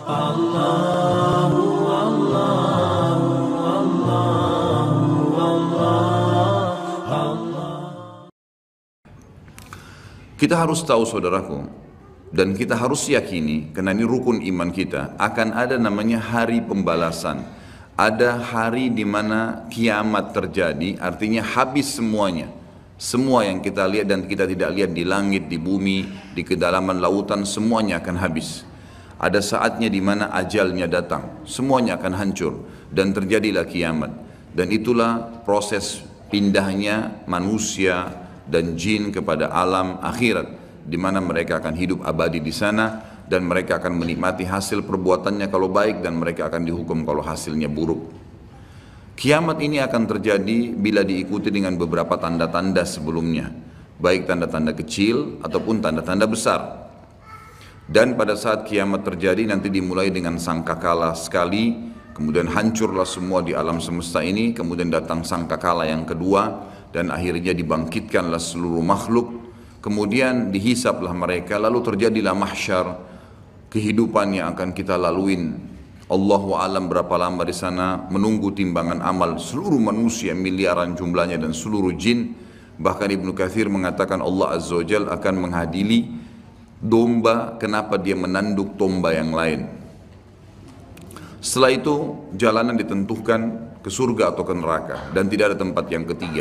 Allahu Allahu Allahu Allah. Kita harus tahu saudaraku, dan kita harus yakini, karena ini rukun iman kita, akan ada namanya hari pembalasan. Ada hari di mana kiamat terjadi, artinya habis semuanya. Semua yang kita lihat dan kita tidak lihat di langit, di bumi, di kedalaman lautan, semuanya akan habis. Ada saatnya di mana ajalnya datang, semuanya akan hancur dan terjadilah kiamat. Dan itulah proses pindahnya manusia dan jin kepada alam akhirat, di mana mereka akan hidup abadi di sana dan mereka akan menikmati hasil perbuatannya kalau baik, dan mereka akan dihukum kalau hasilnya buruk. Kiamat ini akan terjadi bila diikuti dengan beberapa tanda-tanda sebelumnya, baik tanda-tanda kecil ataupun tanda-tanda besar. Dan pada saat kiamat terjadi nanti dimulai dengan sangkakala sekali, kemudian hancurlah semua di alam semesta ini, kemudian datang sangkakala yang kedua, dan akhirnya dibangkitkanlah seluruh makhluk, kemudian dihisaplah mereka, lalu terjadilah mahsyar, kehidupan yang akan kita laluin. Allahu alam berapa lama di sana, menunggu timbangan amal seluruh manusia miliaran jumlahnya dan seluruh jin. Bahkan Ibnu Katsir mengatakan Allah Azza wa Jalla akan menghadiri domba, kenapa dia menanduk domba yang lain. Setelah itu jalanan ditentukan ke surga atau ke neraka, dan tidak ada tempat yang ketiga.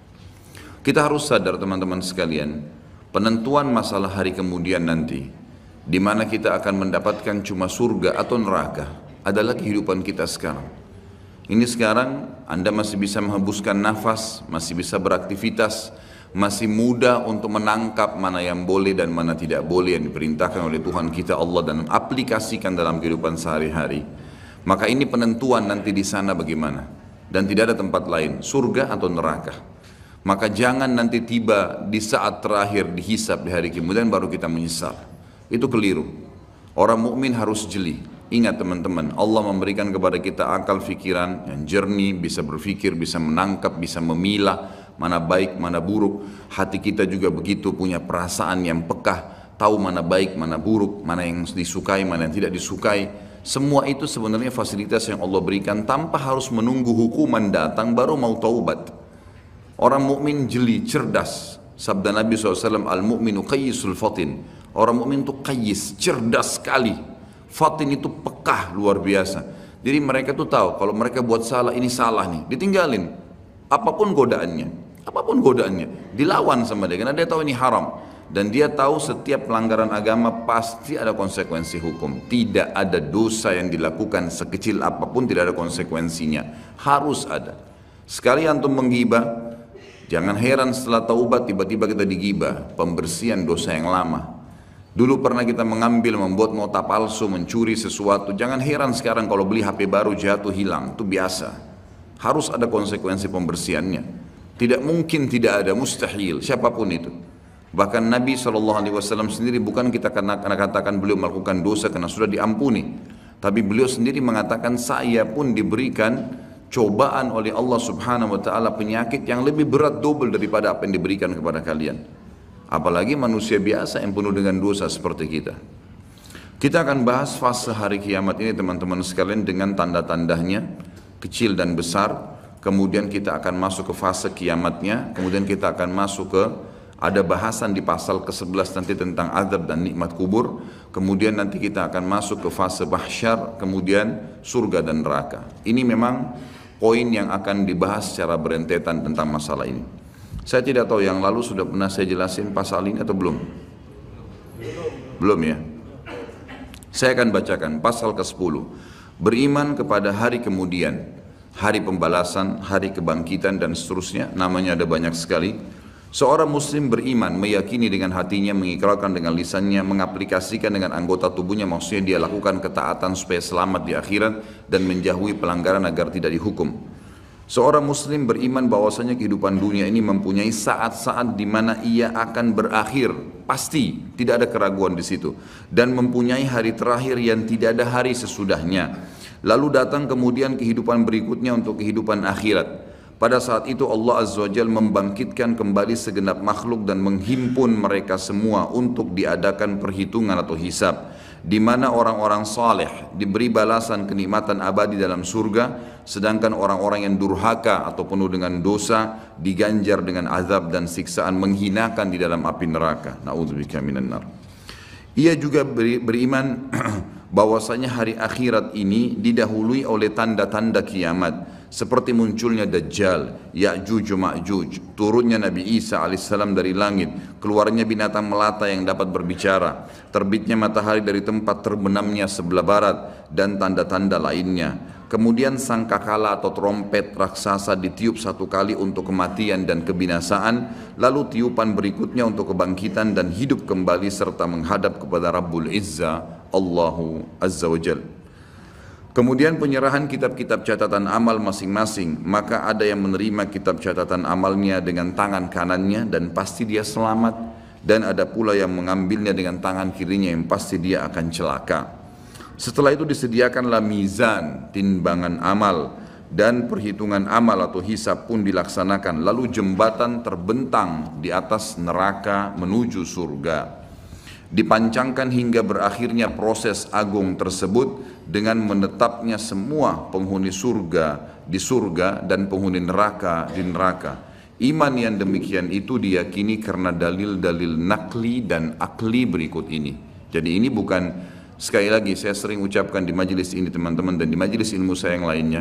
Kita harus sadar teman-teman sekalian, penentuan masalah hari kemudian nanti, di mana kita akan mendapatkan cuma surga atau neraka, adalah kehidupan kita sekarang. Ini sekarang Anda masih bisa menghembuskan nafas, masih bisa beraktivitas, masih mudah untuk menangkap mana yang boleh dan mana tidak boleh yang diperintahkan oleh Tuhan kita Allah dan aplikasikan dalam kehidupan sehari-hari. Maka ini penentuan nanti di sana bagaimana, dan tidak ada tempat lain, surga atau neraka. Maka jangan nanti tiba di saat terakhir dihisab di hari kemudian baru kita menyesal. Itu keliru. Orang mukmin harus jeli. Ingat teman-teman, Allah memberikan kepada kita akal fikiran yang jernih, bisa berpikir, bisa menangkap, bisa memilah mana baik, mana buruk. Hati kita juga begitu, punya perasaan yang pekah, tahu mana baik, mana buruk, mana yang disukai, mana yang tidak disukai. Semua itu sebenarnya fasilitas yang Allah berikan tanpa harus menunggu hukuman datang baru mau taubat. Orang mukmin jeli, cerdas. Sabda Nabi SAW, al-mu'minu qayyisul fatin. Orang mukmin itu qayyis, cerdas sekali. Fatin itu pekah luar biasa. Jadi mereka tuh tahu kalau mereka buat salah, ini salah nih, ditinggalin. Apapun godaannya, dilawan sama dia, karena dia tahu ini haram. Dan dia tahu setiap pelanggaran agama pasti ada konsekuensi hukum. Tidak ada dosa yang dilakukan sekecil apapun tidak ada konsekuensinya. Harus ada. Sekali antum menggibah, jangan heran setelah taubat tiba-tiba kita digibah. Pembersihan dosa yang lama. Dulu pernah kita membuat nota palsu, mencuri sesuatu. Jangan heran sekarang kalau beli HP baru jatuh hilang. Itu biasa. Harus ada konsekuensi pembersihannya. Tidak mungkin tidak ada, mustahil, siapapun itu. Bahkan Nabi SAW sendiri bukan kita karena katakan beliau melakukan dosa karena sudah diampuni. Tapi beliau sendiri mengatakan saya pun diberikan cobaan oleh Allah Subhanahu wa Ta'ala, penyakit yang lebih berat double daripada apa yang diberikan kepada kalian. Apalagi manusia biasa yang penuh dengan dosa seperti kita. Kita akan bahas fase hari kiamat ini teman-teman sekalian dengan tanda-tandanya, kecil dan besar. Kemudian kita akan masuk ke fase kiamatnya. Kemudian kita akan masuk ke, ada bahasan di pasal ke-11 nanti tentang azab dan nikmat kubur. Kemudian nanti kita akan masuk ke fase mahsyar, kemudian surga dan neraka. Ini memang poin yang akan dibahas secara berentetan tentang masalah ini. Saya tidak tahu yang lalu sudah pernah saya jelasin pasal ini atau belum? Belum ya? Saya akan bacakan pasal ke-10. Beriman kepada hari kemudian, hari pembalasan, hari kebangkitan dan seterusnya. Namanya ada banyak sekali. Seorang muslim beriman, meyakini dengan hatinya, mengikrarkan dengan lisannya, mengaplikasikan dengan anggota tubuhnya, maksudnya dia lakukan ketaatan supaya selamat di akhirat dan menjauhi pelanggaran agar tidak dihukum. Seorang muslim beriman bahwasanya kehidupan dunia ini mempunyai saat-saat di mana ia akan berakhir, pasti, tidak ada keraguan di situ, dan mempunyai hari terakhir yang tidak ada hari sesudahnya. Lalu datang kemudian kehidupan berikutnya untuk kehidupan akhirat. Pada saat itu Allah Azza wa Jalla membangkitkan kembali segenap makhluk dan menghimpun mereka semua untuk diadakan perhitungan atau hisab. di mana orang-orang saleh diberi balasan kenikmatan abadi dalam surga, sedangkan orang-orang yang durhaka atau penuh dengan dosa diganjar dengan azab dan siksaan menghinakan di dalam api neraka. Na'udzubika minan nar. Ia juga beriman bahwasanya hari akhirat ini didahului oleh tanda-tanda kiamat, seperti munculnya Dajjal, Ya'juj Ma'juj, turunnya Nabi Isa alaihissalam dari langit, keluarnya binatang melata yang dapat berbicara, terbitnya matahari dari tempat terbenamnya sebelah barat, dan tanda-tanda lainnya. Kemudian sangkakala atau trompet raksasa ditiup satu kali untuk kematian dan kebinasaan, lalu tiupan berikutnya untuk kebangkitan dan hidup kembali serta menghadap kepada Rabbul Izza, Allahu Azza wa Jal. Kemudian penyerahan kitab-kitab catatan amal masing-masing, maka ada yang menerima kitab catatan amalnya dengan tangan kanannya dan pasti dia selamat, dan ada pula yang mengambilnya dengan tangan kirinya yang pasti dia akan celaka. Setelah itu disediakanlah mizan, timbangan amal, dan perhitungan amal atau hisab pun dilaksanakan, lalu jembatan terbentang di atas neraka menuju surga. Dipancangkan hingga berakhirnya proses agung tersebut dengan menetapnya semua penghuni surga di surga dan penghuni neraka di neraka. Iman yang demikian itu diyakini karena dalil-dalil nakli dan akli berikut ini. Jadi ini bukan, sekali lagi saya sering ucapkan di majelis ini teman-teman dan di majelis ilmu saya yang lainnya,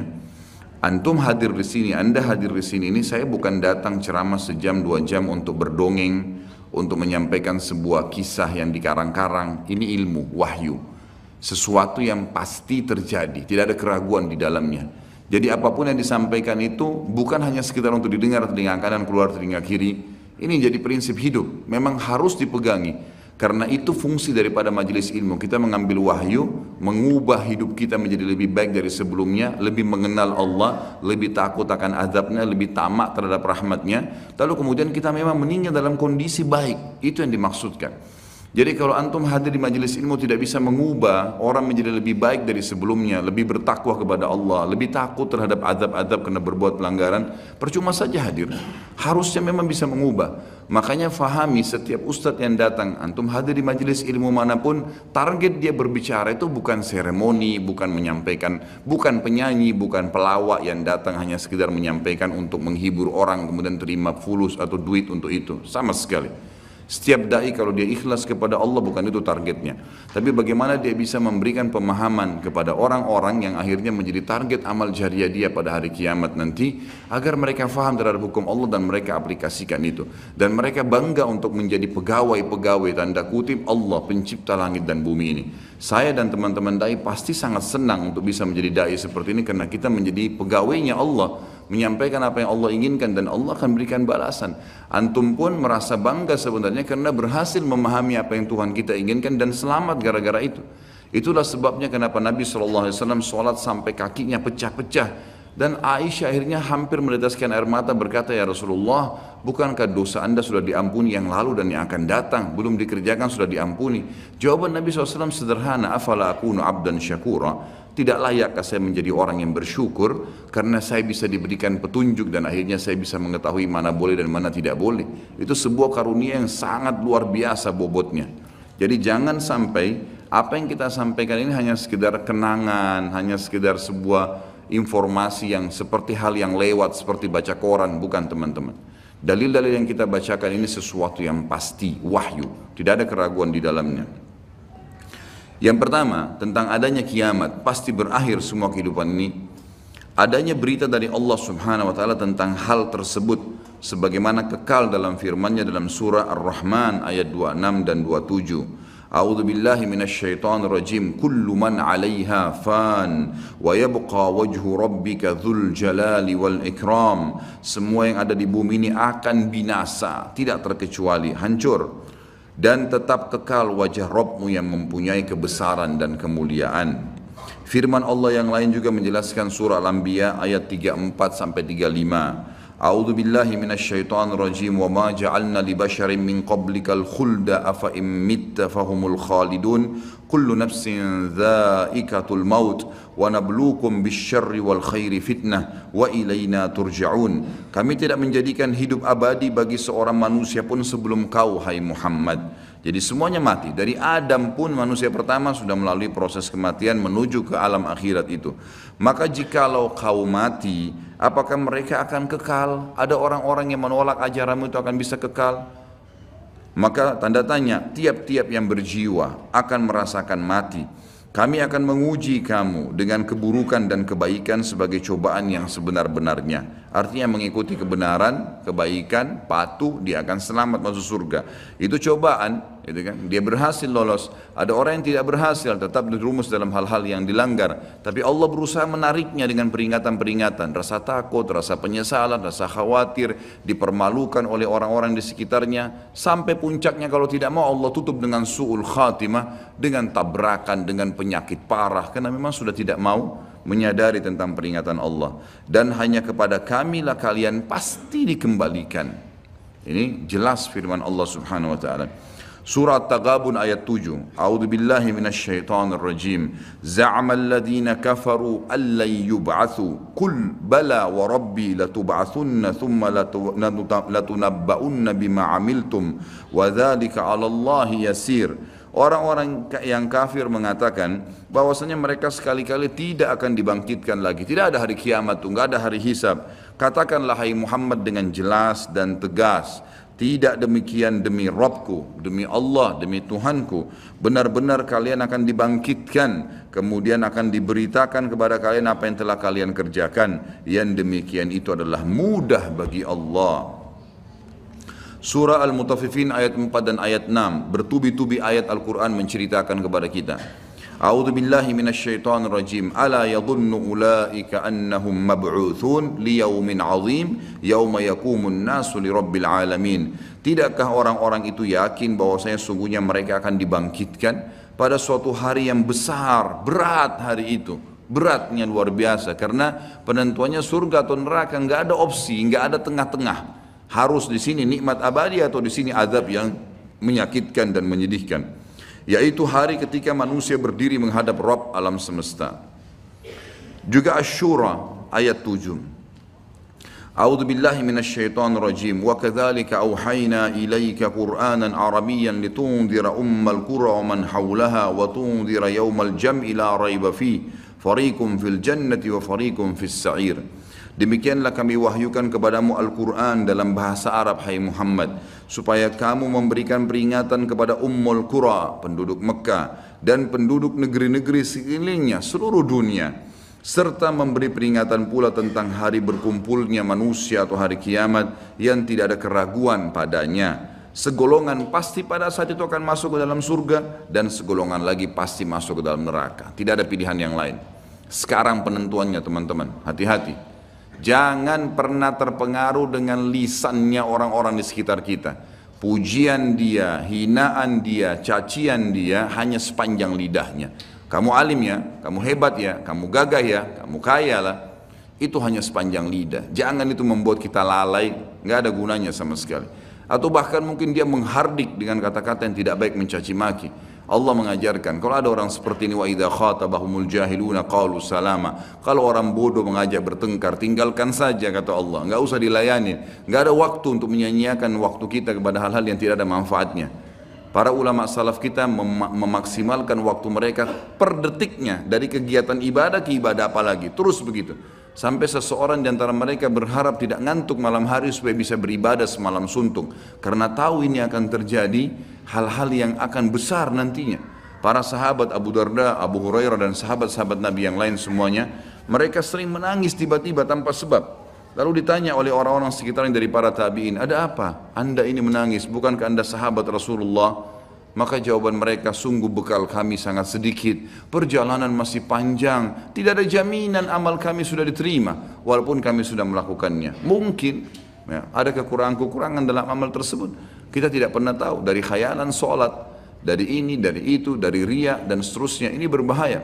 antum hadir di sini, anda hadir di sini ini saya bukan datang ceramah sejam 2 jam untuk berdongeng, untuk menyampaikan sebuah kisah yang dikarang-karang. Ini ilmu, wahyu, sesuatu yang pasti terjadi, tidak ada keraguan di dalamnya. Jadi apapun yang disampaikan itu bukan hanya sekedar untuk didengar telinga kanan keluar telinga kiri. Ini jadi prinsip hidup, memang harus dipegangi. Karena itu fungsi daripada majelis ilmu, kita mengambil wahyu, mengubah hidup kita menjadi lebih baik dari sebelumnya, lebih mengenal Allah, lebih takut akan azabnya, lebih tamak terhadap rahmatnya, lalu kemudian kita memang meninggal dalam kondisi baik. Itu yang dimaksudkan. Jadi kalau antum hadir di majelis ilmu tidak bisa mengubah orang menjadi lebih baik dari sebelumnya, lebih bertakwa kepada Allah, lebih takut terhadap azab-azab karena berbuat pelanggaran, percuma saja hadir. Harusnya memang bisa mengubah. Makanya fahami setiap ustadz yang datang, antum hadir di majelis ilmu manapun, target dia berbicara itu bukan seremoni, bukan menyampaikan, bukan penyanyi, bukan pelawak yang datang hanya sekedar menyampaikan untuk menghibur orang kemudian terima fulus atau duit untuk itu, sama sekali. Setiap dai kalau dia ikhlas kepada Allah bukan itu targetnya. Tapi bagaimana dia bisa memberikan pemahaman kepada orang-orang yang akhirnya menjadi target amal jariah dia pada hari kiamat nanti, agar mereka faham terhadap hukum Allah dan mereka aplikasikan itu. Dan mereka bangga untuk menjadi pegawai-pegawai tanda kutip Allah pencipta langit dan bumi ini. Saya dan teman-teman dai pasti sangat senang untuk bisa menjadi dai seperti ini karena kita menjadi pegawainya Allah, menyampaikan apa yang Allah inginkan dan Allah akan berikan balasan. Antum pun merasa bangga sebenarnya karena berhasil memahami apa yang Tuhan kita inginkan dan selamat gara-gara itu. Itulah sebabnya kenapa Nabi SAW sholat sampai kakinya pecah-pecah. Dan Aisyah akhirnya hampir meneteskan air mata berkata, ya Rasulullah, bukankah dosa anda sudah diampuni yang lalu dan yang akan datang, belum dikerjakan sudah diampuni? Jawaban Nabi SAW sederhana, afala akunu abdan syakura, tidak layakkah saya menjadi orang yang bersyukur karena saya bisa diberikan petunjuk dan akhirnya saya bisa mengetahui mana boleh dan mana tidak boleh. Itu sebuah karunia yang sangat luar biasa bobotnya. Jadi jangan sampai apa yang kita sampaikan ini hanya sekedar kenangan, hanya sekedar sebuah informasi yang seperti hal yang lewat seperti baca koran, bukan teman-teman. Dalil-dalil yang kita bacakan ini sesuatu yang pasti, wahyu, tidak ada keraguan di dalamnya. Yang pertama, tentang adanya kiamat, pasti berakhir semua kehidupan ini. Adanya berita dari Allah Subhanahu wa taala tentang hal tersebut sebagaimana kekal dalam firman-Nya dalam surah Ar-Rahman ayat 26 dan 27. A'udzu billahi minasyaitonir rajim. Kullu man 'alaiha fan wa yabqa wajhu rabbika dzul jalali wal ikram. Semua yang ada di bumi ini akan binasa, tidak terkecuali hancur, dan tetap kekal wajah Rabbmu yang mempunyai kebesaran dan kemuliaan. Firman Allah yang lain juga menjelaskan surah Al-Anbiya ayat 34 sampai 35. A'udzu billahi minasyaitonir rajim wa ma ja'alna li basharin min qablikal khulda afa in mitta fahumul khalidun kullu nafsin dha'iqatul maut wa nabluukum bisyarri wal khairi fitnah wa ilaina turja'un. Kami tidak menjadikan hidup abadi bagi seorang manusia pun sebelum kau hai Muhammad. Jadi semuanya mati. Dari Adam pun manusia pertama sudah melalui proses kematian menuju ke alam akhirat itu. Maka jikalau kau mati, apakah mereka akan kekal? Ada orang-orang yang menolak ajaranmu itu akan bisa kekal? Maka tanda tanya, tiap-tiap yang berjiwa akan merasakan mati. Kami akan menguji kamu dengan keburukan dan kebaikan sebagai cobaan yang sebenar-benarnya. Artinya mengikuti kebenaran, kebaikan, patuh, dia akan selamat masuk surga. Itu cobaan, gitu kan? Dia berhasil lolos. Ada orang yang tidak berhasil, tetap dirumus dalam hal-hal yang dilanggar. Tapi Allah berusaha menariknya dengan peringatan-peringatan. Rasa takut, rasa penyesalan, rasa khawatir, dipermalukan oleh orang-orang di sekitarnya. Sampai puncaknya kalau tidak mau Allah tutup dengan su'ul khatimah, dengan tabrakan, dengan penyakit parah. Karena memang sudah tidak mau menyadari tentang peringatan Allah. Dan hanya kepada kamilah kalian pasti dikembalikan. Ini jelas firman Allah subhanahu wa ta'ala. Surah Taghabun ayat 7. A'udzu billahi minasyaitonir rajim. Za'ama alladhina kafaru allan yub'atsu. Qul bala wa rabbi latub'atsunna thumma latunabba'unna bima 'amiltum wa dzalika 'ala Allahi yasir. Orang-orang yang kafir mengatakan bahwasanya mereka sekali-kali tidak akan dibangkitkan lagi. Tidak ada hari kiamat, tidak ada hari hisab. Katakanlah hai Muhammad dengan jelas dan tegas, tidak demikian demi Rabbku, demi Allah, demi Tuhanku. Benar-benar kalian akan dibangkitkan, kemudian akan diberitakan kepada kalian apa yang telah kalian kerjakan. Yang demikian itu adalah mudah bagi Allah. Surah Al-Mutaffifin ayat 4 dan ayat 6, bertubi-tubi ayat Al-Quran menceritakan kepada kita. A'udzu billahi minasyaitonir rajim. Ala yadhunnu ulaika annahum mab'utsun liyaumin 'azim yauma yaqumun nasu lirabbil alamin. Tidakkah orang-orang itu yakin bahwasanya sungguhnya mereka akan dibangkitkan pada suatu hari yang besar, berat hari itu. Beratnya luar biasa karena penentuannya surga atau neraka, enggak ada opsi, enggak ada tengah-tengah. Harus di sini nikmat abadi atau di sini azab yang menyakitkan dan menyedihkan. Yaitu hari ketika manusia berdiri menghadap Rabb alam semesta. Juga Asy-Syura ayat 7. A'udzu billahi minasyaitonir rajim. Wa kadzalika auhayna ilaika Qur'anan Arabiyyan litundhira ummal qura wa man haulaha wa tundhira yaumal jam'i la raiba fi. Fariqun fil jannati wa fariqun fis sa'ir. Demikianlah kami wahyukan kepadamu Al-Quran dalam bahasa Arab, hai Muhammad, supaya kamu memberikan peringatan kepada Ummul Qura, penduduk Mekah, dan penduduk negeri-negeri sekelilingnya, seluruh dunia, serta memberi peringatan pula tentang hari berkumpulnya manusia atau hari kiamat yang tidak ada keraguan padanya. Segolongan pasti pada saat itu akan masuk ke dalam surga, dan segolongan lagi pasti masuk ke dalam neraka. Tidak ada pilihan yang lain. Sekarang penentuannya teman-teman, hati-hati. Jangan pernah terpengaruh dengan lisannya orang-orang di sekitar kita. Pujian dia, hinaan dia, cacian dia hanya sepanjang lidahnya. Kamu alim ya, kamu hebat ya, kamu gagah ya, kamu kaya lah. Itu hanya sepanjang lidah. Jangan itu membuat kita lalai, nggak ada gunanya sama sekali. Atau bahkan mungkin dia menghardik dengan kata-kata yang tidak baik, mencaci maki. Allah mengajarkan, kalau ada orang seperti ini, wa idza khatabahumul jahiluna qalu salama. Kalau orang bodoh mengajak bertengkar, tinggalkan saja kata Allah, enggak usah dilayani. Enggak ada waktu untuk menyanyiakan waktu kita kepada hal-hal yang tidak ada manfaatnya. Para ulama salaf kita memaksimalkan waktu mereka per detiknya, dari kegiatan ibadah ke ibadah apa lagi, terus begitu. Sampai seseorang di antara mereka berharap tidak ngantuk malam hari supaya bisa beribadah semalam suntuk. Karena tahu ini akan terjadi hal-hal yang akan besar nantinya. Para sahabat Abu Darda, Abu Hurairah dan sahabat-sahabat Nabi yang lain semuanya, mereka sering menangis tiba-tiba tanpa sebab. Lalu ditanya oleh orang-orang sekitarnya dari para tabi'in, ada apa? Anda ini menangis, bukankah Anda sahabat Rasulullah? Maka jawaban mereka, sungguh bekal kami sangat sedikit, perjalanan masih panjang, tidak ada jaminan amal kami sudah diterima, walaupun kami sudah melakukannya. Mungkin ya, ada kekurangan-kekurangan dalam amal tersebut. Kita tidak pernah tahu, dari khayalan sholat, dari ini, dari itu, dari riya, dan seterusnya. Ini berbahaya.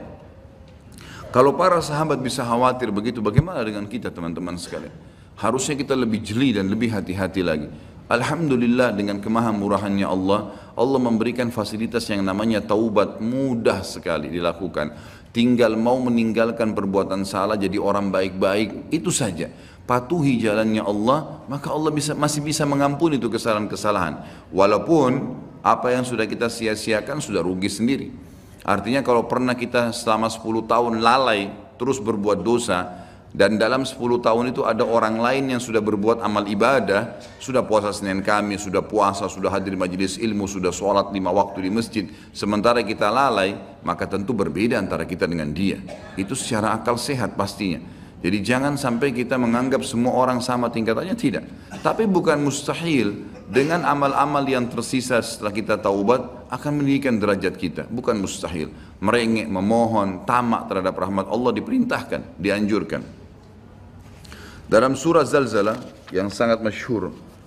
Kalau para sahabat bisa khawatir begitu, bagaimana dengan kita teman-teman sekalian? Harusnya kita lebih jeli dan lebih hati-hati lagi. Alhamdulillah dengan kemahamurahannya Allah, Allah memberikan fasilitas yang namanya taubat, mudah sekali dilakukan. Tinggal mau meninggalkan perbuatan salah, jadi orang baik-baik, itu saja. Patuhi jalannya Allah, maka Allah masih bisa mengampuni itu kesalahan-kesalahan. Walaupun Apa yang sudah kita sia-siakan sudah rugi sendiri. Artinya kalau pernah kita selama 10 tahun lalai terus berbuat dosa, dan dalam 10 tahun itu ada orang lain yang sudah berbuat amal ibadah, sudah puasa Senin Kamis, sudah puasa, sudah hadir majelis ilmu, sudah sholat 5 waktu di masjid, sementara kita lalai, maka tentu berbeda antara kita dengan dia. Itu secara akal sehat pastinya. Jadi jangan sampai kita menganggap semua orang sama tingkatannya, tidak. Tapi bukan mustahil dengan amal-amal yang tersisa setelah kita taubat akan meninggikan derajat kita. Bukan mustahil. Merengek, memohon, tamak terhadap rahmat Allah diperintahkan, dianjurkan. Dalam surah Zalzalah yang sangat masyhur,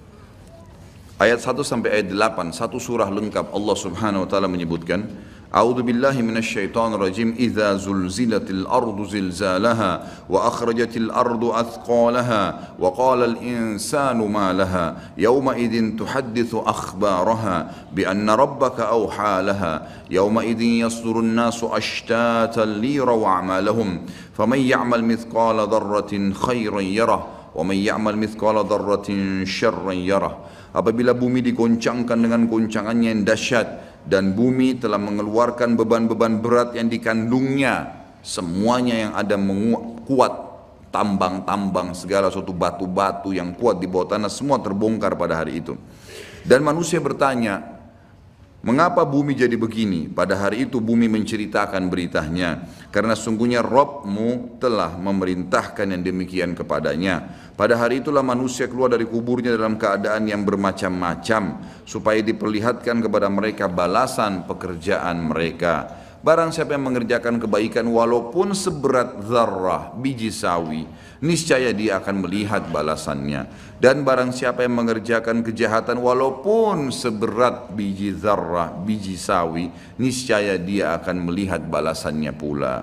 ayat 1 sampai ayat 8, satu surah lengkap, Allah Subhanahu wa taala menyebutkan, A'udzu billahi minasyaitonir rajim, idza zulzilatil ardu zilzalaha wa akhrajatil ardu athqalaha wa qala al insanu ma laha yawma idzin tuhadditsu akhbaraha bi anna rabbaka awha laha yawma idzin yasdurun nasu ashtatan liyaraw a'malahum faman ya'mal mithqala dharratin khairan yarah wa man ya'mal mithqala dharratin syarran yarah. Apabila bumi digoncangkan dengan goncangannya yang dahsyat dan bumi telah mengeluarkan beban-beban berat yang dikandungnya, semuanya yang ada kuat, tambang-tambang segala suatu batu-batu yang kuat di bawah tanah semua terbongkar pada hari itu. Dan manusia bertanya, mengapa bumi jadi begini? Pada hari itu bumi menceritakan beritanya, karena sungguhnya Rabbmu telah memerintahkan yang demikian kepadanya. Pada hari itulah manusia keluar dari kuburnya dalam keadaan yang bermacam-macam, supaya diperlihatkan kepada mereka balasan pekerjaan mereka. Barang siapa yang mengerjakan kebaikan walaupun seberat zarrah, biji sawi, niscaya dia akan melihat balasannya. Dan barang siapa yang mengerjakan kejahatan walaupun seberat biji zarrah, biji sawi, niscaya dia akan melihat balasannya pula.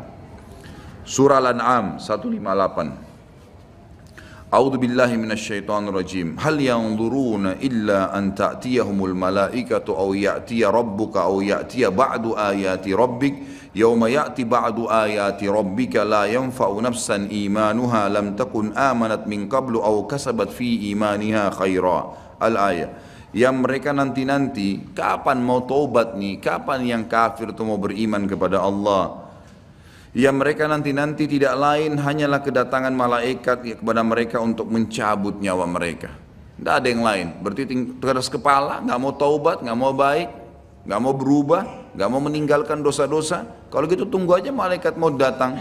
Surah Al-An'am 158. A'udzu billahi minasyaitonir rajim. Hal yanzuruna illa an ta'tiyahumul malaikatu aw ya'tiya rabbuka aw ya'tiya ba'du ayati rabbik yawma ya'ti ba'du ayati rabbika la yanfa'u nafsan imanuha lam takun amanat min qablu aw kasabat fi imaniha khaira. Al-ayah. Yang mereka nanti-nanti, kapan mau taubat nih? Kapan yang kafir itu mau beriman kepada Allah? Yang mereka nanti-nanti tidak lain hanyalah kedatangan malaikat kepada mereka untuk mencabut nyawa mereka. Tidak ada yang lain. Berarti keras kepala, nggak mau taubat, nggak mau baik, nggak mau berubah, nggak mau meninggalkan dosa-dosa. Kalau gitu tunggu aja malaikat mau datang.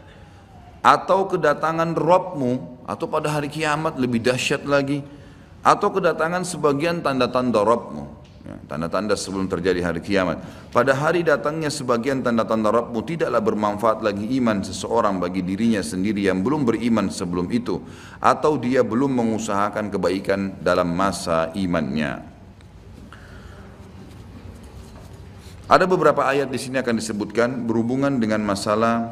Atau kedatangan Rabbmu, atau pada hari kiamat lebih dahsyat lagi. Atau kedatangan sebagian tanda-tanda Rabbmu. Tanda-tanda sebelum terjadi hari kiamat. Pada hari datangnya sebagian tanda-tanda Rabbmu, tidaklah bermanfaat lagi iman seseorang bagi dirinya sendiri yang belum beriman sebelum itu, atau dia belum mengusahakan kebaikan dalam masa imannya. Ada beberapa ayat di sini akan disebutkan berhubungan dengan masalah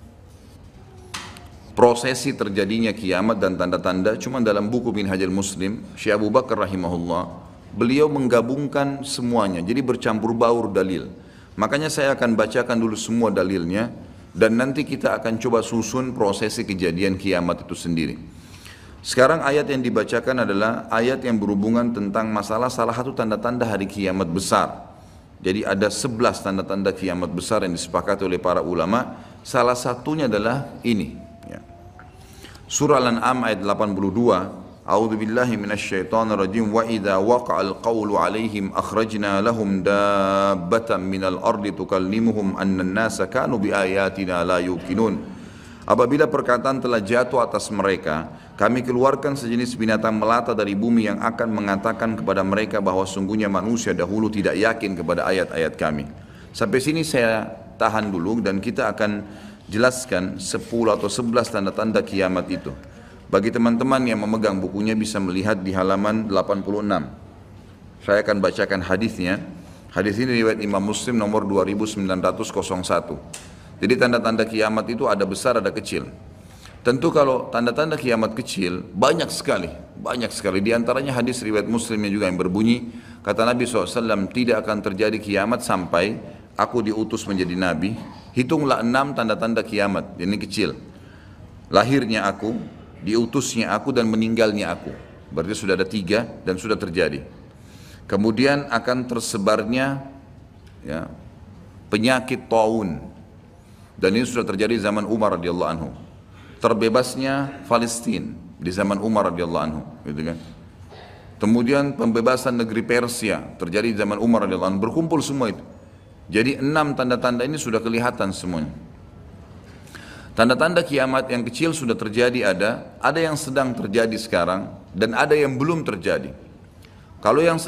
prosesi terjadinya kiamat dan tanda-tanda. Cuma dalam buku Minhajul Muslim, Syekh Abu Bakar rahimahullah, beliau menggabungkan semuanya, jadi bercampur baur dalil. Makanya saya akan bacakan dulu semua dalilnya, dan nanti kita akan coba susun prosesi kejadian kiamat itu sendiri. Sekarang ayat yang dibacakan adalah ayat yang berhubungan tentang masalah salah satu tanda-tanda hari kiamat besar. Jadi ada 11 tanda-tanda kiamat besar yang disepakati oleh para ulama. Salah satunya adalah ini. Surah Al-An'am ayat 82. A'udzu billahi minasyaitonir rajim. Wa idza waqa'al qawlu 'alaihim akhrajna lahum dabbatan minal ardi tukallimuhum anna an-nasa kanu biayatina la yuqinun. Apabila perkataan telah jatuh atas mereka, kami keluarkan sejenis binatang melata dari bumi yang akan mengatakan kepada mereka bahwa sungguhnya manusia dahulu tidak yakin kepada ayat-ayat kami. Sampai sini saya tahan dulu dan kita akan jelaskan 10 atau 11 tanda-tanda kiamat itu. Bagi teman-teman yang memegang bukunya bisa melihat di halaman 86. Saya akan bacakan hadisnya. Hadis ini riwayat Imam Muslim nomor 2901. Jadi tanda-tanda kiamat itu ada besar ada kecil. Tentu kalau tanda-tanda kiamat kecil banyak sekali. Di antaranya hadis riwayat Muslimnya juga yang berbunyi, kata Nabi SAW, tidak akan terjadi kiamat sampai aku diutus menjadi Nabi. Hitunglah 6 tanda-tanda kiamat, ini kecil. Lahirnya aku, diutusnya aku, dan meninggalnya aku. Berarti sudah ada 3 dan sudah terjadi. Kemudian akan tersebarnya ya, penyakit taun, dan ini sudah terjadi zaman Umar radhiyallahu anhu. Terbebasnya Palestina di zaman Umar radhiyallahu anhu, gitu kan. Kemudian pembebasan negeri Persia terjadi di zaman Umar radhiyallahu anhu. Berkumpul semua itu. Jadi 6 tanda-tanda ini sudah kelihatan semuanya. Tanda-tanda kiamat yang kecil sudah terjadi, ada yang sedang terjadi sekarang dan ada yang belum terjadi. Kalau yang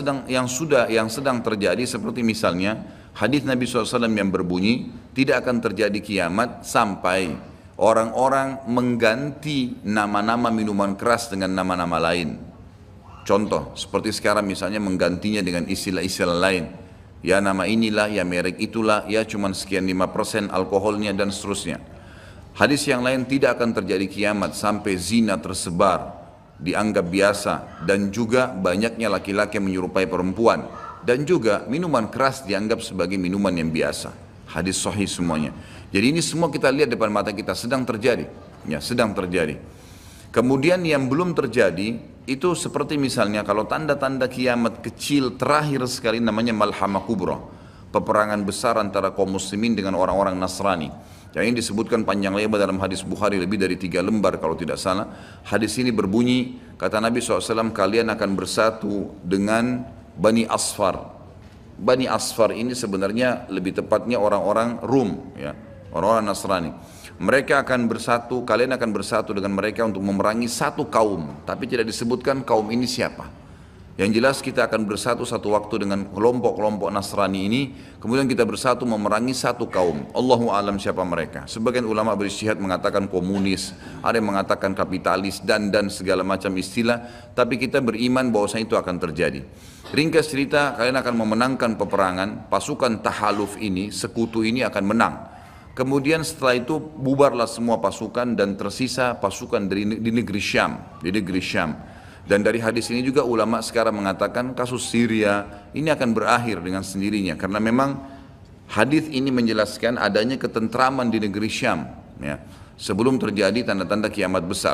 sedang terjadi seperti misalnya hadis Nabi SAW yang berbunyi tidak akan terjadi kiamat sampai orang-orang mengganti nama-nama minuman keras dengan nama-nama lain. Contoh seperti sekarang misalnya menggantinya dengan istilah-istilah lain. Ya nama inilah, ya merek itulah, ya cuman sekian 5% alkoholnya dan seterusnya. Hadis yang lain tidak akan terjadi kiamat sampai zina tersebar, dianggap biasa, dan juga banyaknya laki-laki yang menyerupai perempuan, dan juga minuman keras dianggap sebagai minuman yang biasa. Hadis sahih semuanya. Jadi ini semua kita lihat depan mata kita sedang terjadi, ya sedang terjadi. Kemudian yang belum terjadi itu seperti misalnya kalau tanda-tanda kiamat kecil terakhir sekali namanya Malhamah Kubra, peperangan besar antara kaum muslimin dengan orang-orang Nasrani. Yang ini disebutkan panjang lebar dalam hadis Bukhari lebih dari 3 lembar kalau tidak salah. Hadis ini berbunyi, kata Nabi SAW, kalian akan bersatu dengan Bani Asfar. Bani Asfar ini sebenarnya lebih tepatnya orang-orang Rum, ya, orang-orang Nasrani. Mereka akan bersatu, kalian akan bersatu dengan mereka untuk memerangi satu kaum. Tapi tidak disebutkan kaum ini siapa. Yang jelas kita akan bersatu satu waktu dengan kelompok-kelompok Nasrani ini, kemudian kita bersatu memerangi satu kaum. Allahu alam siapa mereka. Sebagian ulama berijtihad mengatakan komunis, ada yang mengatakan kapitalis dan segala macam istilah, tapi kita beriman bahwasanya itu akan terjadi. Ringkas cerita, kalian akan memenangkan peperangan, pasukan tahaluf ini, sekutu ini akan menang. Kemudian setelah itu bubarlah semua pasukan dan tersisa pasukan di negeri Syam, di negeri Syam. Dan dari hadis ini juga ulama sekarang mengatakan kasus Syria ini akan berakhir dengan sendirinya. Karena memang hadis ini menjelaskan adanya ketentraman di negeri Syam, ya, sebelum terjadi tanda-tanda kiamat besar.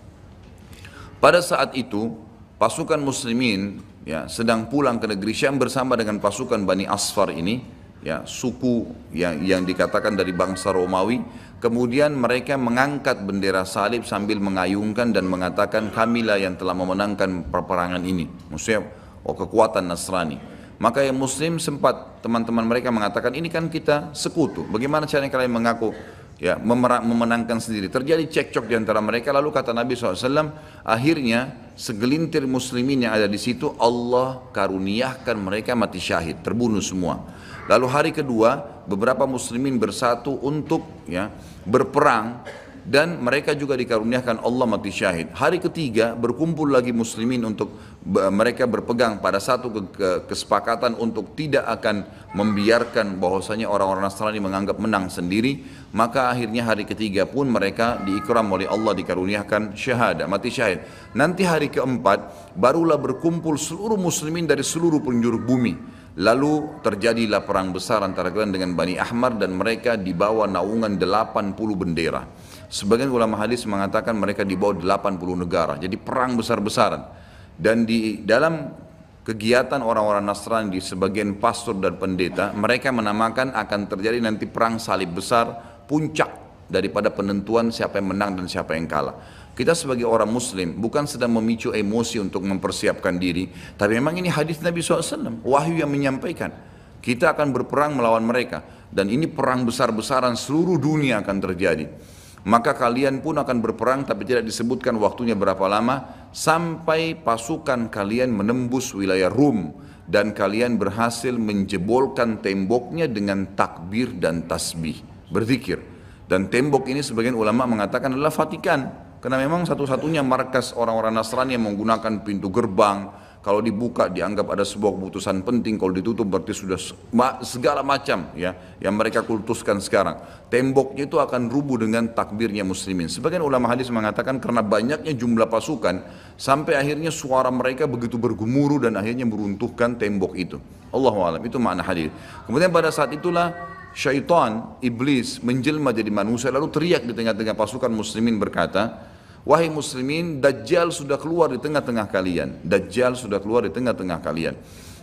Pada saat itu pasukan muslimin ya, sedang pulang ke negeri Syam bersama dengan pasukan Bani Asfar ini, ya, suku yang dikatakan dari bangsa Romawi. Kemudian mereka mengangkat bendera salib sambil mengayungkan dan mengatakan kamilah yang telah memenangkan peperangan ini. Maksudnya kekuatan Nasrani. Maka yang muslim sempat teman-teman mereka mengatakan ini kan kita sekutu. Bagaimana caranya kalian mengaku ya memenangkan sendiri? Terjadi cekcok di antara mereka. Lalu kata Nabi SAW, akhirnya segelintir muslimin yang ada di situ Allah karuniakan mereka mati syahid, terbunuh semua. Lalu hari kedua beberapa muslimin bersatu untuk ya berperang dan mereka juga dikaruniakan Allah mati syahid. Hari ketiga berkumpul lagi muslimin untuk mereka berpegang pada satu kesepakatan untuk tidak akan membiarkan bahwasanya orang-orang Nasrani menganggap menang sendiri. Maka akhirnya hari ketiga pun mereka diikram oleh Allah, dikaruniakan syahadah, mati syahid. Nanti hari keempat barulah berkumpul seluruh muslimin dari seluruh penjuru bumi. Lalu terjadilah perang besar antara kalian dengan Bani Ahmar dan mereka dibawa naungan 80 bendera. Sebagian ulama hadis mengatakan mereka dibawa 80 negara. Jadi perang besar-besaran. Dan di dalam kegiatan orang-orang Nasrani di sebagian pastor dan pendeta, mereka menamakan akan terjadi nanti perang salib besar, puncak daripada penentuan siapa yang menang dan siapa yang kalah. Kita sebagai orang muslim bukan sedang memicu emosi untuk mempersiapkan diri, tapi memang ini hadis Nabi SAW, wahyu yang menyampaikan kita akan berperang melawan mereka dan ini perang besar-besaran seluruh dunia akan terjadi. Maka kalian pun akan berperang, tapi tidak disebutkan waktunya berapa lama, sampai pasukan kalian menembus wilayah Rum dan kalian berhasil menjebolkan temboknya dengan takbir dan tasbih, berzikir. Dan tembok ini sebagian ulama mengatakan adalah Vatikan. Karena memang satu-satunya markas orang-orang Nasrani yang menggunakan pintu gerbang. Kalau dibuka dianggap ada sebuah keputusan penting, kalau ditutup berarti sudah segala macam ya yang mereka kultuskan sekarang. Temboknya itu akan rubuh dengan takbirnya muslimin. Sebagian ulama hadis mengatakan karena banyaknya jumlah pasukan sampai akhirnya suara mereka begitu bergemuruh dan akhirnya meruntuhkan tembok itu. Allahu a'lam, itu makna hadis. Kemudian pada saat itulah syaitan, iblis menjelma jadi manusia lalu teriak di tengah-tengah pasukan muslimin berkata, wahai muslimin, Dajjal sudah keluar di tengah-tengah kalian. Dajjal sudah keluar di tengah-tengah kalian.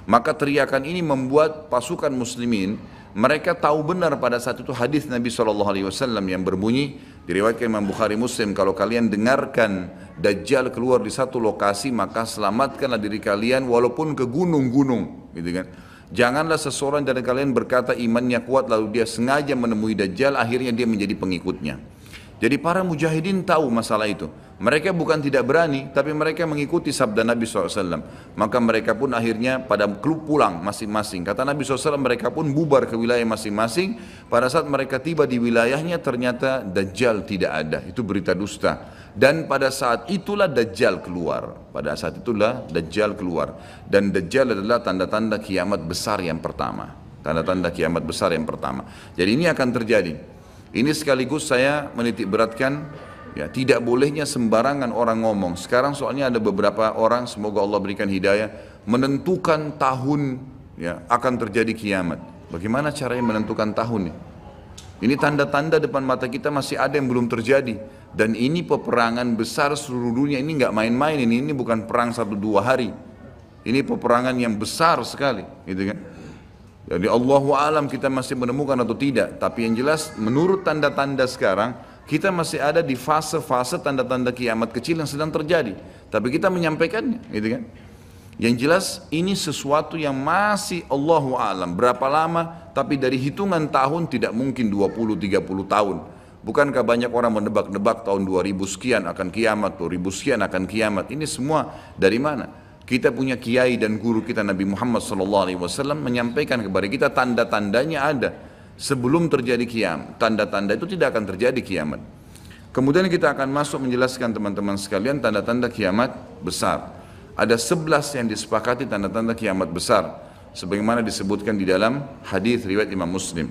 Maka teriakan ini membuat pasukan muslimin, mereka tahu benar pada saat itu hadis Nabi SAW yang berbunyi, diriwayatkan Imam Bukhari Muslim, kalau kalian dengarkan Dajjal keluar di satu lokasi, maka selamatkanlah diri kalian walaupun ke gunung-gunung, gitu kan. Janganlah seseorang dari kalian berkata imannya kuat lalu dia sengaja menemui Dajjal, akhirnya dia menjadi pengikutnya. Jadi para mujahidin tahu masalah itu. Mereka bukan tidak berani, tapi mereka mengikuti sabda Nabi SAW. Maka mereka pun akhirnya pada klub pulang masing-masing. Kata Nabi SAW, mereka pun bubar ke wilayah masing-masing. Pada saat mereka tiba di wilayahnya, ternyata Dajjal tidak ada. Itu berita dusta. Dan pada saat itulah Dajjal keluar. Pada saat itulah Dajjal keluar. Dan Dajjal adalah tanda-tanda kiamat besar yang pertama. Tanda-tanda kiamat besar yang pertama. Jadi ini akan terjadi. Ini sekaligus saya menitik beratkan, ya, tidak bolehnya sembarangan orang ngomong. Sekarang soalnya ada beberapa orang, semoga Allah berikan hidayah, menentukan tahun, ya, akan terjadi kiamat. Bagaimana caranya menentukan tahun? Ini tanda-tanda depan mata kita masih ada yang belum terjadi. Dan ini peperangan besar seluruh dunia, ini nggak main-main, ini bukan perang 1-2 hari. Ini peperangan yang besar sekali, gitu kan? Jadi Allahu alam kita masih menemukan atau tidak. Tapi yang jelas menurut tanda-tanda sekarang, kita masih ada di fase-fase tanda-tanda kiamat kecil yang sedang terjadi. Tapi kita menyampaikannya, gitu kan? Yang jelas ini sesuatu yang masih Allahu alam. Berapa lama? Tapi dari hitungan tahun tidak mungkin 20-30 tahun. Bukankah banyak orang menebak-nebak tahun 2000 sekian akan kiamat, 2000 sekian akan kiamat. Ini semua dari mana? Kita punya kiai dan guru kita Nabi Muhammad SAW menyampaikan kepada kita tanda-tandanya ada sebelum terjadi kiamat. Tanda-tanda itu tidak akan terjadi kiamat. Kemudian kita akan masuk menjelaskan teman-teman sekalian tanda-tanda kiamat besar. Ada 11 yang disepakati tanda-tanda kiamat besar, sebagaimana disebutkan di dalam hadis riwayat Imam Muslim.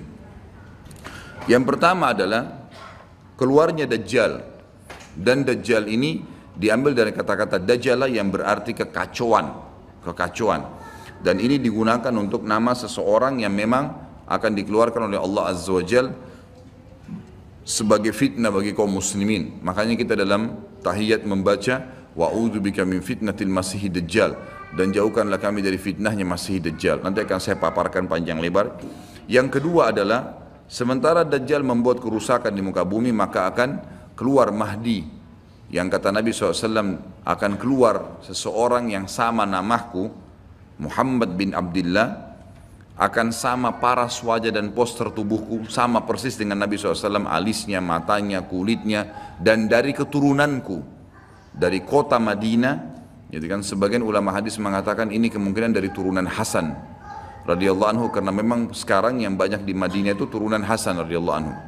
Yang pertama adalah keluarnya Dajjal. Dan Dajjal ini diambil dari kata-kata Dajjala yang berarti kekacauan. Dan ini digunakan untuk nama seseorang yang memang akan dikeluarkan oleh Allah Azza wa Jal sebagai fitnah bagi kaum muslimin. Makanya kita dalam tahiyat membaca wa'udzubika min fitnatil masiihid dajjal, dan jauhkanlah kami dari fitnahnya Masih Dajjal. Nanti akan saya paparkan panjang lebar. Yang kedua adalah sementara Dajjal membuat kerusakan di muka bumi, maka akan keluar Mahdi. Yang kata Nabi SAW, akan keluar seseorang yang sama namaku, Muhammad bin Abdullah, akan sama paras wajah dan poster tubuhku, sama persis dengan Nabi SAW, alisnya, matanya, kulitnya, dan dari keturunanku, dari kota Madinah. Jadi kan sebagian ulama hadis mengatakan ini kemungkinan dari turunan Hasan radhiyallahu anhu, karena memang sekarang yang banyak di Madinah itu turunan Hasan radhiyallahu anhu.